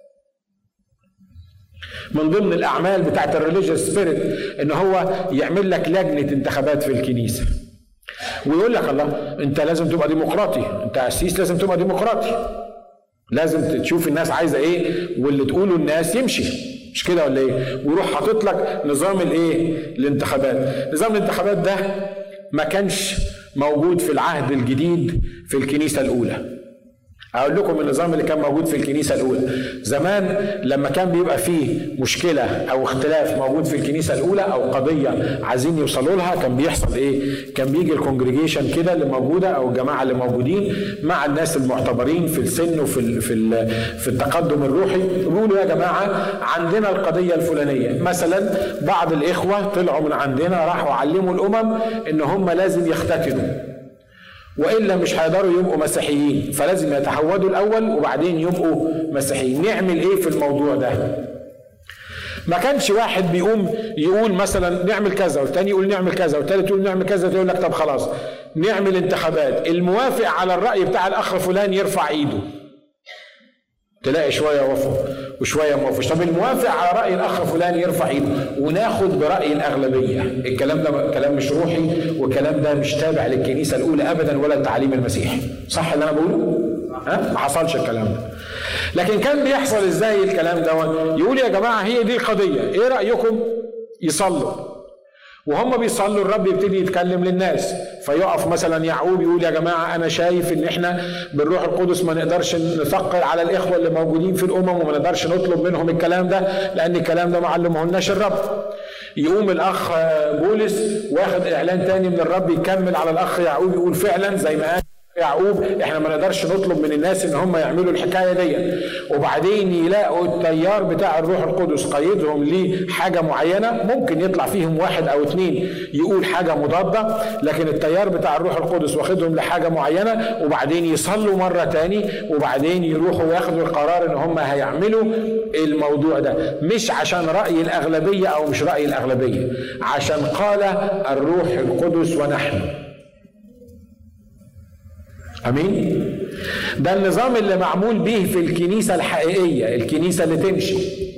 من ضمن الأعمال بتاعت الريليجيوس سبيريت إن هو يعمل لك لجنة انتخابات في الكنيسة ويقول لك الله أنت لازم تبقى ديمقراطي، أنت أسيس لازم تبقى ديمقراطي، لازم تشوف الناس عايزه ايه واللي تقوله الناس يمشي، مش كده ولا ايه؟ ويروح حاطط لك نظام الايه؟ الانتخابات. نظام الانتخابات ده ما كانش موجود في العهد الجديد في الكنيسه الاولى. اقول لكم النظام اللي كان موجود في الكنيسه الاولى زمان. لما كان بيبقى فيه مشكله او اختلاف موجود في الكنيسه الاولى او قضيه عايزين يوصلوا لها، كان بيحصل ايه؟ كان بيجي الكونجريجيشن كده اللي موجوده او الجماعه اللي موجودين مع الناس المعتبرين في السن وفي في في التقدم الروحي، يقولوا يا جماعه عندنا القضيه الفلانيه. مثلا بعض الاخوه طلعوا من عندنا راحوا علموا الامم ان هم لازم يختتنوا وإلا مش هيقدروا يبقوا مسيحيين، فلازم يتحودوا الأول وبعدين يبقوا مسيحيين. نعمل إيه في الموضوع ده؟ ما كانش واحد بيقوم يقول مثلا نعمل كذا والتاني يقول نعمل كذا والتالت يقول نعمل كذا، تقول لك طب خلاص نعمل انتخابات، الموافق على الرأي بتاع الأخ فلان يرفع إيده، تلاقي شوية وافق وشوية موافقش. طب الموافق على رأي الأخ فلان يرفع إيده وناخد برأي الأغلبية. الكلام ده كلام مش روحي، والكلام ده مش تابع للكنيسة الأولى أبدا ولا لتعليم المسيح. صح اللي أنا بقوله؟ ها؟ ما حصلش الكلام ده. لكن كان بيحصل إزاي الكلام ده؟ يقول يا جماعة هي دي القضية، إيه رأيكم؟ يصلوا، وهم بيصلوا الرب يبتدي يتكلم للناس، فيقف مثلا يعقوب يقول يا جماعة أنا شايف إن إحنا بالروح القدس ما نقدرش نثقل على الإخوة اللي موجودين في الأمم وما نقدرش نطلب منهم الكلام ده لأن الكلام ده ما علمهولناش الرب. يقوم الأخ بولس واخد إعلان تاني من الرب يكمل على الأخ يعقوب يقول فعلا زي ما قال يعقوب احنا ما نقدرش نطلب من الناس ان هم يعملوا الحكايه دي. وبعدين يلاقوا التيار بتاع الروح القدس قيدهم لحاجه معينه، ممكن يطلع فيهم واحد او اتنين يقول حاجه مضاده، لكن التيار بتاع الروح القدس واخدهم لحاجه معينه، وبعدين يصلوا مره تاني، وبعدين يروحوا وياخدوا القرار ان هم هيعملوا الموضوع ده، مش عشان راي الاغلبيه او مش راي الاغلبيه، عشان قال الروح القدس ونحن. امين. ده النظام اللي معمول به في الكنيسه الحقيقيه، الكنيسه اللي تمشي.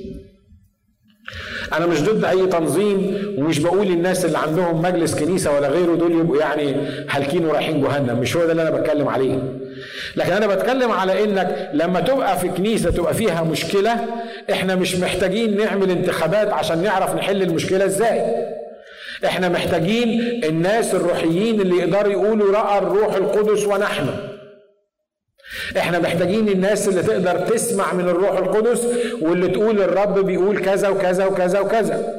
انا مش ضد اي تنظيم، ومش بقول الناس اللي عندهم مجلس كنيسه ولا غيره دول يبقوا يعني هالكين ورايحين جهنم، مش هو ده اللي انا بتكلم عليه. لكن انا بتكلم على انك لما تبقى في كنيسه تبقى فيها مشكله، احنا مش محتاجين نعمل انتخابات عشان نعرف نحل المشكله ازاي. احنا محتاجين الناس الروحيين اللي يقدروا يقولوا رأى الروح القدس ونحن. احنا محتاجين الناس اللي تقدر تسمع من الروح القدس واللي تقول الرب بيقول كذا وكذا وكذا وكذا.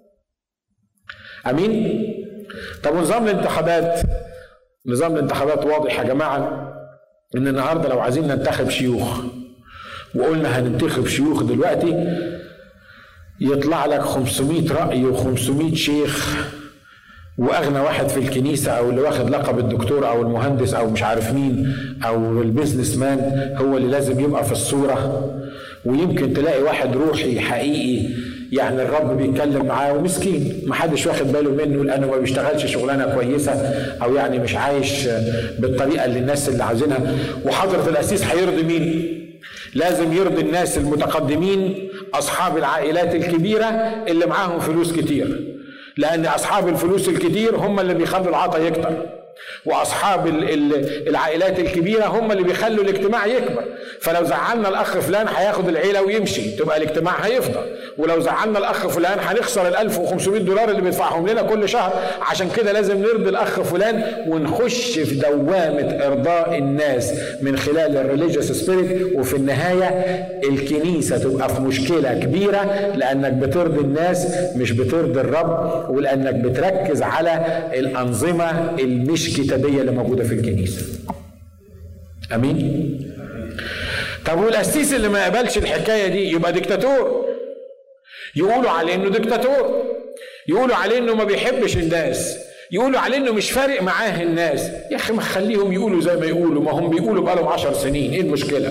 امين. طب ونظام الانتخابات؟ نظام الانتخابات واضح يا جماعه، ان النهارده لو عايزين ننتخب شيوخ وقلنا هننتخب شيوخ دلوقتي، يطلع لك خمسمائة رأي وخمسمائة شيخ، واغنى واحد في الكنيسة او اللي واخد لقب الدكتور او المهندس او مش عارف مين او البيزنس مان هو اللي لازم يبقى في الصورة. ويمكن تلاقي واحد روحي حقيقي يعني الرب بيتكلم معاه ومسكين محدش واخد باله منه لانه ما بيشتغلش شغلانة كويسة او يعني مش عايش بالطريقة اللي الناس اللي عاوزينها. وحضرة القسيس هيرضي مين؟ لازم يرضي الناس المتقدمين أصحاب العائلات الكبيرة اللي معاهم فلوس كتير، لأن أصحاب الفلوس الكتير هم اللي بيخلوا العطا يكتر. واصحاب العائلات الكبيره هم اللي بيخلوا الاجتماع يكبر. فلو زعلنا الاخ فلان هياخد العيله ويمشي، تبقى الاجتماع هيفضل. ولو زعلنا الاخ فلان هنخسر ال ألف وخمسمائة دولار اللي بيدفعهم لنا كل شهر. عشان كده لازم نرضي الاخ فلان ونخش في دوامه ارضاء الناس من خلال الريليجيوس سبيريت، وفي النهايه الكنيسه تبقى في مشكله كبيره لانك بترضي الناس مش بترضي الرب، ولانك بتركز على الانظمه المش كتابيه اللي موجوده في الكنيسه. امين. طب والقسيس اللي ما يقبلش الحكايه دي يبقى ديكتاتور، يقولوا عليه انه ديكتاتور، يقولوا عليه انه ما بيحبش الناس، يقولوا عليه انه مش فارق معاه الناس. يا اخي ما خليهم يقولوا زي ما يقولوا، ما هم بيقولوا بقالهم عشر سنين، ايه المشكله؟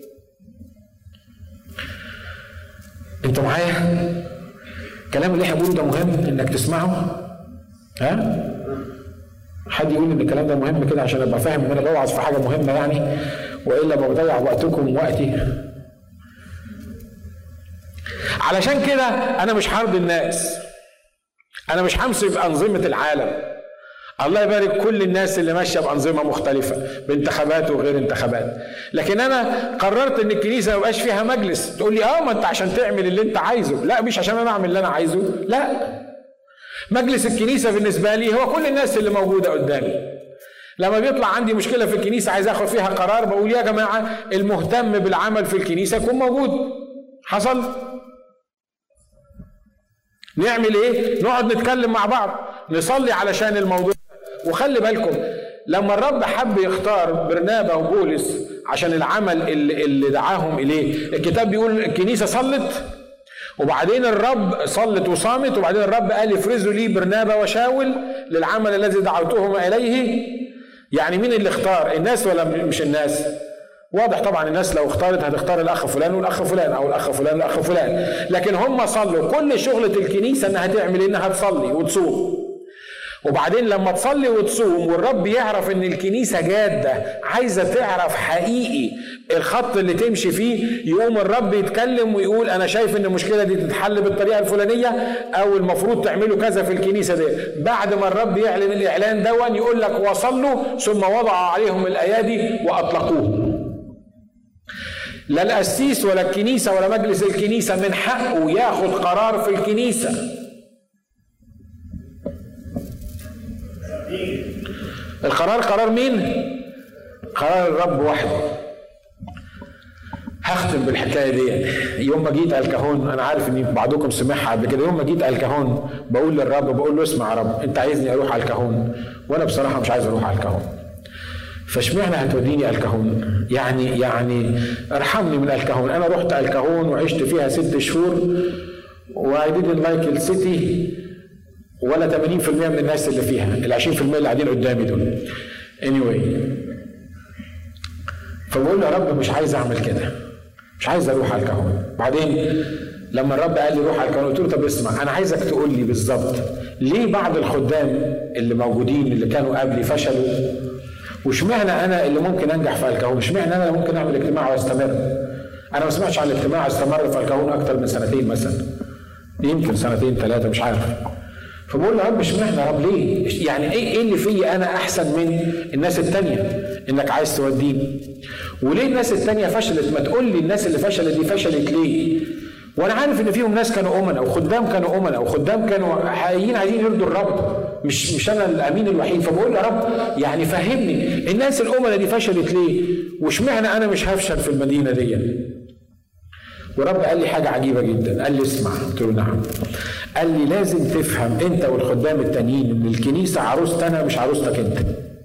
انتوا معايا؟ الكلام اللي احنا بنقوله ده مهم انك تسمعه. ها؟ حد يقول ان الكلام ده مهم كده عشان ابقى فاهم ان انا بوعظ في حاجه مهمه يعني، والا بضيع وقتكم ووقتي. علشان كده انا مش هرضي الناس، انا مش همشي بانظمه العالم. الله يبارك كل الناس اللي ماشيه بانظمه مختلفه بانتخابات وغير انتخابات، لكن انا قررت ان الكنيسه ما يبقاش فيها مجلس. تقول لي اه ما انت عشان تعمل اللي انت عايزه. لا، مش عشان انا اعمل اللي انا عايزه، لا. مجلس الكنيسه بالنسبه لي هو كل الناس اللي موجوده قدامي. لما بيطلع عندي مشكله في الكنيسه عايز اخد فيها قرار، بقول يا جماعه المهتم بالعمل في الكنيسه يكون موجود. حصل؟ نعمل ايه؟ نقعد نتكلم مع بعض، نصلي علشان الموضوع. وخلي بالكم لما الرب حب يختار برنابا وبولس عشان العمل اللي, اللي دعاهم اليه، الكتاب بيقول الكنيسه صلت، وبعدين الرب صلت وصامت، وبعدين الرب قال افرزوا لي برنابا وشاول للعمل الذي دعوتهم اليه. يعني مين اللي اختار؟ الناس ولا مش الناس؟ واضح طبعا الناس لو اختارت هتختار الاخ فلان والاخ فلان او الاخ فلان والاخ فلان، لكن هم صلوا. كل شغلة الكنيسة انها تعمل انها تصلي وتصوم، وبعدين لما تصلي وتصوم والرب يعرف ان الكنيسة جادة عايزة تعرف حقيقي الخط اللي تمشي فيه، يقوم الرب يتكلم ويقول انا شايف ان المشكلة دي تتحل بالطريقة الفلانية، او المفروض تعملوا كذا في الكنيسة دي. بعد ما الرب يعلن الاعلان دون يقول لك وصلوا ثم وضع عليهم الايادي واطلقوه. لا القسيس ولا الكنيسة ولا مجلس الكنيسة من حقه ياخد قرار في الكنيسة. القرار قرار مين؟ قرار الرب وحده. هختم بالحكاية دي. يوم ما جيت الكهون، أنا عارف إن بعضكم سمعها قبل كده، يوم ما جيت الكهون بقول للرب، بقول له اسمع يا رب أنت عايزني أروح على الكهون، وأنا بصراحة مش عايز أروح على الكهون. فاشمعنى هتوديني الكهون؟ يعني يعني ارحمني من الكهون. انا رحت الكهون وعشت فيها ست شهور و I didn't like the city ولا ثمانين بالمئة من الناس اللي فيها، ال عشرين بالمئة اللي قاعدين قدامي دول. anyway فبقول له يا رب مش عايز اعمل كده، مش عايز اروح على الكهون. بعدين لما الرب قال لي روح على الكهون قلت له طب اسمع، انا عايزك تقول لي بالظبط ليه بعض الخدام اللي موجودين اللي كانوا قبلي فشلوا، واشمعنى انا اللي ممكن انجح في الكهون؟ اشمعنى انا اللي ممكن اعمل اجتماع واستمر؟ انا ما سمعتش عن الاجتماع استمر في الكهون اكتر من سنتين مثلا، يمكن سنتين ثلاثه مش عارف. فبقول له يا رب اشمعنى يا رب ليه؟ يعني ايه ايه اللي فيا انا احسن من الناس الثانيه انك عايز توديني؟ وليه الناس الثانيه فشلت؟ ما تقول لي الناس اللي فشلت دي فشلت ليه؟ وانا عارف ان فيهم ناس كانوا امنا وخدام كانوا امنا وخدام كانوا حقيقيين عايزين يرضوا الرب، مش مش انا الامين الوحيد. فبقول يا رب يعني فهمني الناس الامنا دي فشلت ليه؟ واشمعنى انا مش هفشل في المدينه دي؟ ورب قال لي حاجه عجيبه جدا، قال لي اسمع. قلت له نعم. قال لي لازم تفهم انت والخدام التانيين ان الكنيسه عروست انا مش عروستك انت.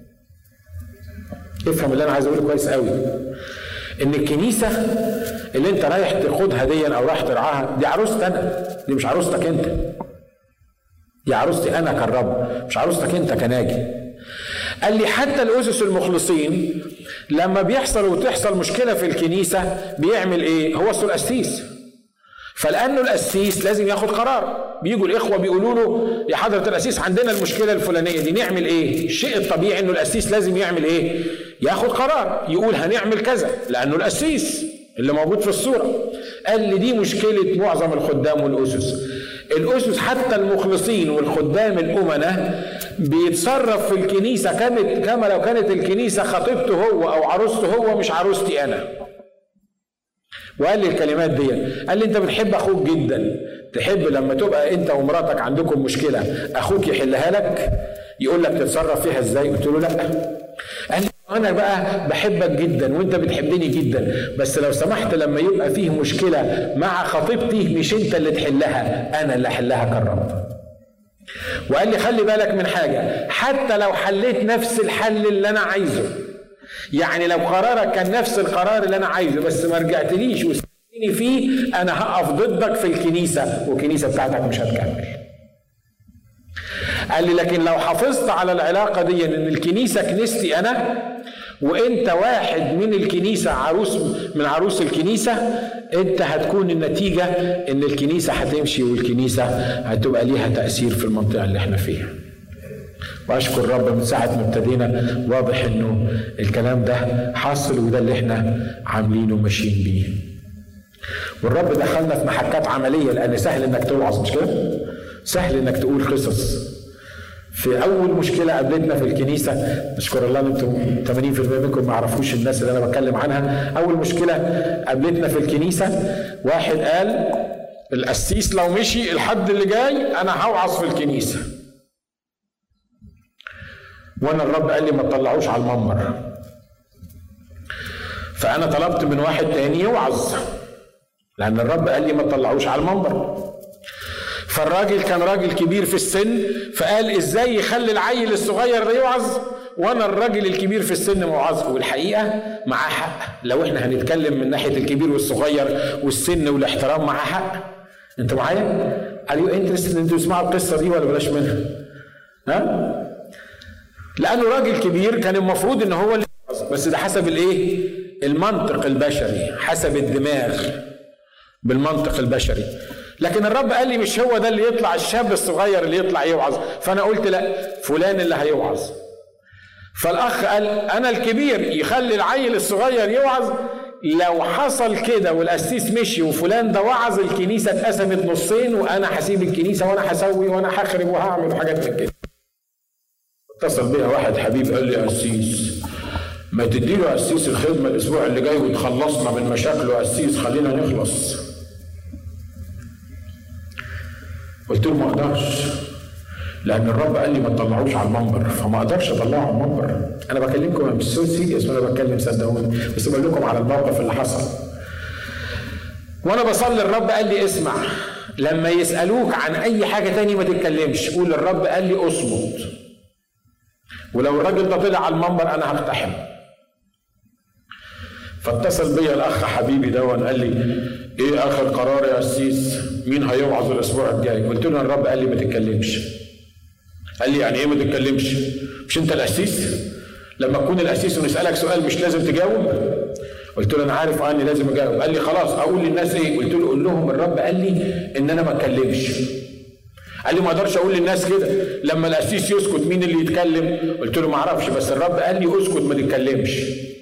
افهم اللي انا عايز اقوله كويس قوي، ان الكنيسه اللي انت رايح تاخدها دي او رايح ترعاها دي عروستي انا، دي مش عروستك انت. دي عروستي انا كالرب، مش عروستك انت كناجي. قال لي حتى الاسس المخلصين لما بيحصل وتحصل مشكله في الكنيسه بيعمل ايه؟ هو اصله القسيس. فلانه القسيس لازم ياخد قرار. بيجوا الاخوه بيقولوا له يا حضره القسيس عندنا المشكله الفلانيه دي نعمل ايه؟ الشيء الطبيعي انه القسيس لازم يعمل ايه؟ ياخد قرار، يقول هنعمل كذا لانه القسيس اللي موجود في الصوره. قال لي دي مشكله معظم الخدام والاسس. الاسس حتى المخلصين والخدام الامنه بيتصرف في الكنيسة كما لو كانت الكنيسة خطيبته هو أو عروسته هو، مش عروستي أنا. وقال لي الكلمات دي، قال لي أنت بتحب أخوك جدا، تحب لما تبقى أنت ومراتك عندكم مشكلة أخوك يحلها لك، يقول لك تتصرف فيها إزاي؟ قلت له لأ. قال لي أنا بقى بحبك جدا وأنت بتحبني جدا، بس لو سمحت لما يبقى فيه مشكلة مع خطيبتي مش أنت اللي تحلها، أنا اللي أحلها كالرب. وقال لي خلي بالك من حاجة، حتى لو حليت نفس الحل اللي أنا عايزه، يعني لو قرارك كان نفس القرار اللي أنا عايزه بس ما رجعتليش وسألتني فيه، أنا هقف ضدك في الكنيسة والكنيسة بتاعتك مش هتكمل. قال لي لكن لو حافظت على العلاقة دي ان الكنيسة كنيستي انا وانت واحد من الكنيسة، عروس من عروس الكنيسة، انت هتكون النتيجة ان الكنيسة هتمشي والكنيسة هتبقى ليها تأثير في المنطقة اللي احنا فيها. واشكر الرب من ساعة ما ابتدينا واضح انه الكلام ده حاصل، وده اللي احنا عاملينه وماشيين بيه. والرب دخلنا في محكات عملية، لان سهل انك توعظ مش كده؟ سهل انك تقول قصص. في اول مشكله قابلتنا في الكنيسه، نشكر الله ان انتم ثمانين بالمئة منكم ما يعرفوش الناس اللي انا بتكلم عنها. اول مشكله قابلتنا في الكنيسه، واحد قال القسيس لو مشي الحد اللي جاي انا هوعظ في الكنيسه، وانا الرب قال لي ما تطلعوش على المنبر. فانا طلبت من واحد تاني يوعظ، لان الرب قال لي ما تطلعوش على المنبر. فالراجل كان راجل كبير في السن، فقال ازاي يخلي العيل الصغير ده يوعظ وانا الراجل الكبير في السن موعظ؟ والحقيقه معاه حق. لو احنا هنتكلم من ناحيه الكبير والصغير والسن والاحترام معاه حق. انتوا معايا؟ قالوا انترست ان انتوا تسمعوا القصه دي ولا بلاش منها؟ ها؟ لانه راجل كبير كان المفروض ان هو اللي يوعظ، بس ده حسب الايه؟ المنطق البشري، حسب الدماغ بالمنطق البشري. لكن الرب قال لي مش هو ده اللي يطلع الشاب الصغير اللي يطلع يوعظ. فانا قلت لا، فلان اللي هيوعظ. فالاخ قال انا الكبير يخلي العيل الصغير يوعظ. لو حصل كده والقسيس مشي وفلان ده وعظ، الكنيسه اتقسمت نصين وانا هسيب الكنيسه وانا هسوي وانا هخرب وهعمل حاجات من كده. اتصل بيا واحد حبيب قال لي يا قسيس ما تديله قسيس الخدمه الاسبوع اللي جاي وتخلصنا من مشاكله يا قسيس، خلينا نخلص. قلت له ما اقدرش، لان الرب قال لي ما تطلعوش على المنبر، فما اقدرش اطلعه على المنبر. انا بكلمكم مش سو سيريس وانا بتكلم صدقوني، بس بقول لكم على الموقف اللي حصل. وانا بصلي الرب قال لي اسمع، لما يسالوك عن اي حاجه تاني ما تتكلمش، قول الرب قال لي اصمت، ولو الراجل ده طلع على المنبر انا هقتحم. فاتصل بيا الاخ حبيبي ده وقال لي ايه اخر قرار يا قسيس؟ مين هيوعظ الاسبوع الجاي؟ قلت له الرب قال لي ما تتكلمش. قال لي يعني ايه ما تتكلمش؟ مش انت القسيس؟ لما تكون القسيس ونسالك سؤال مش لازم تجاوب؟ قلت له انا عارف اني لازم اجاوب. قال لي خلاص اقول للناس ايه؟ قلت له قول لهم الرب قال لي ان انا ما اتكلمش. قال لي ما اقدرش اقول للناس كده، لما القسيس يسكت مين اللي يتكلم؟ قلت له ما اعرفش، بس الرب قال لي اسكت ما تتكلمش.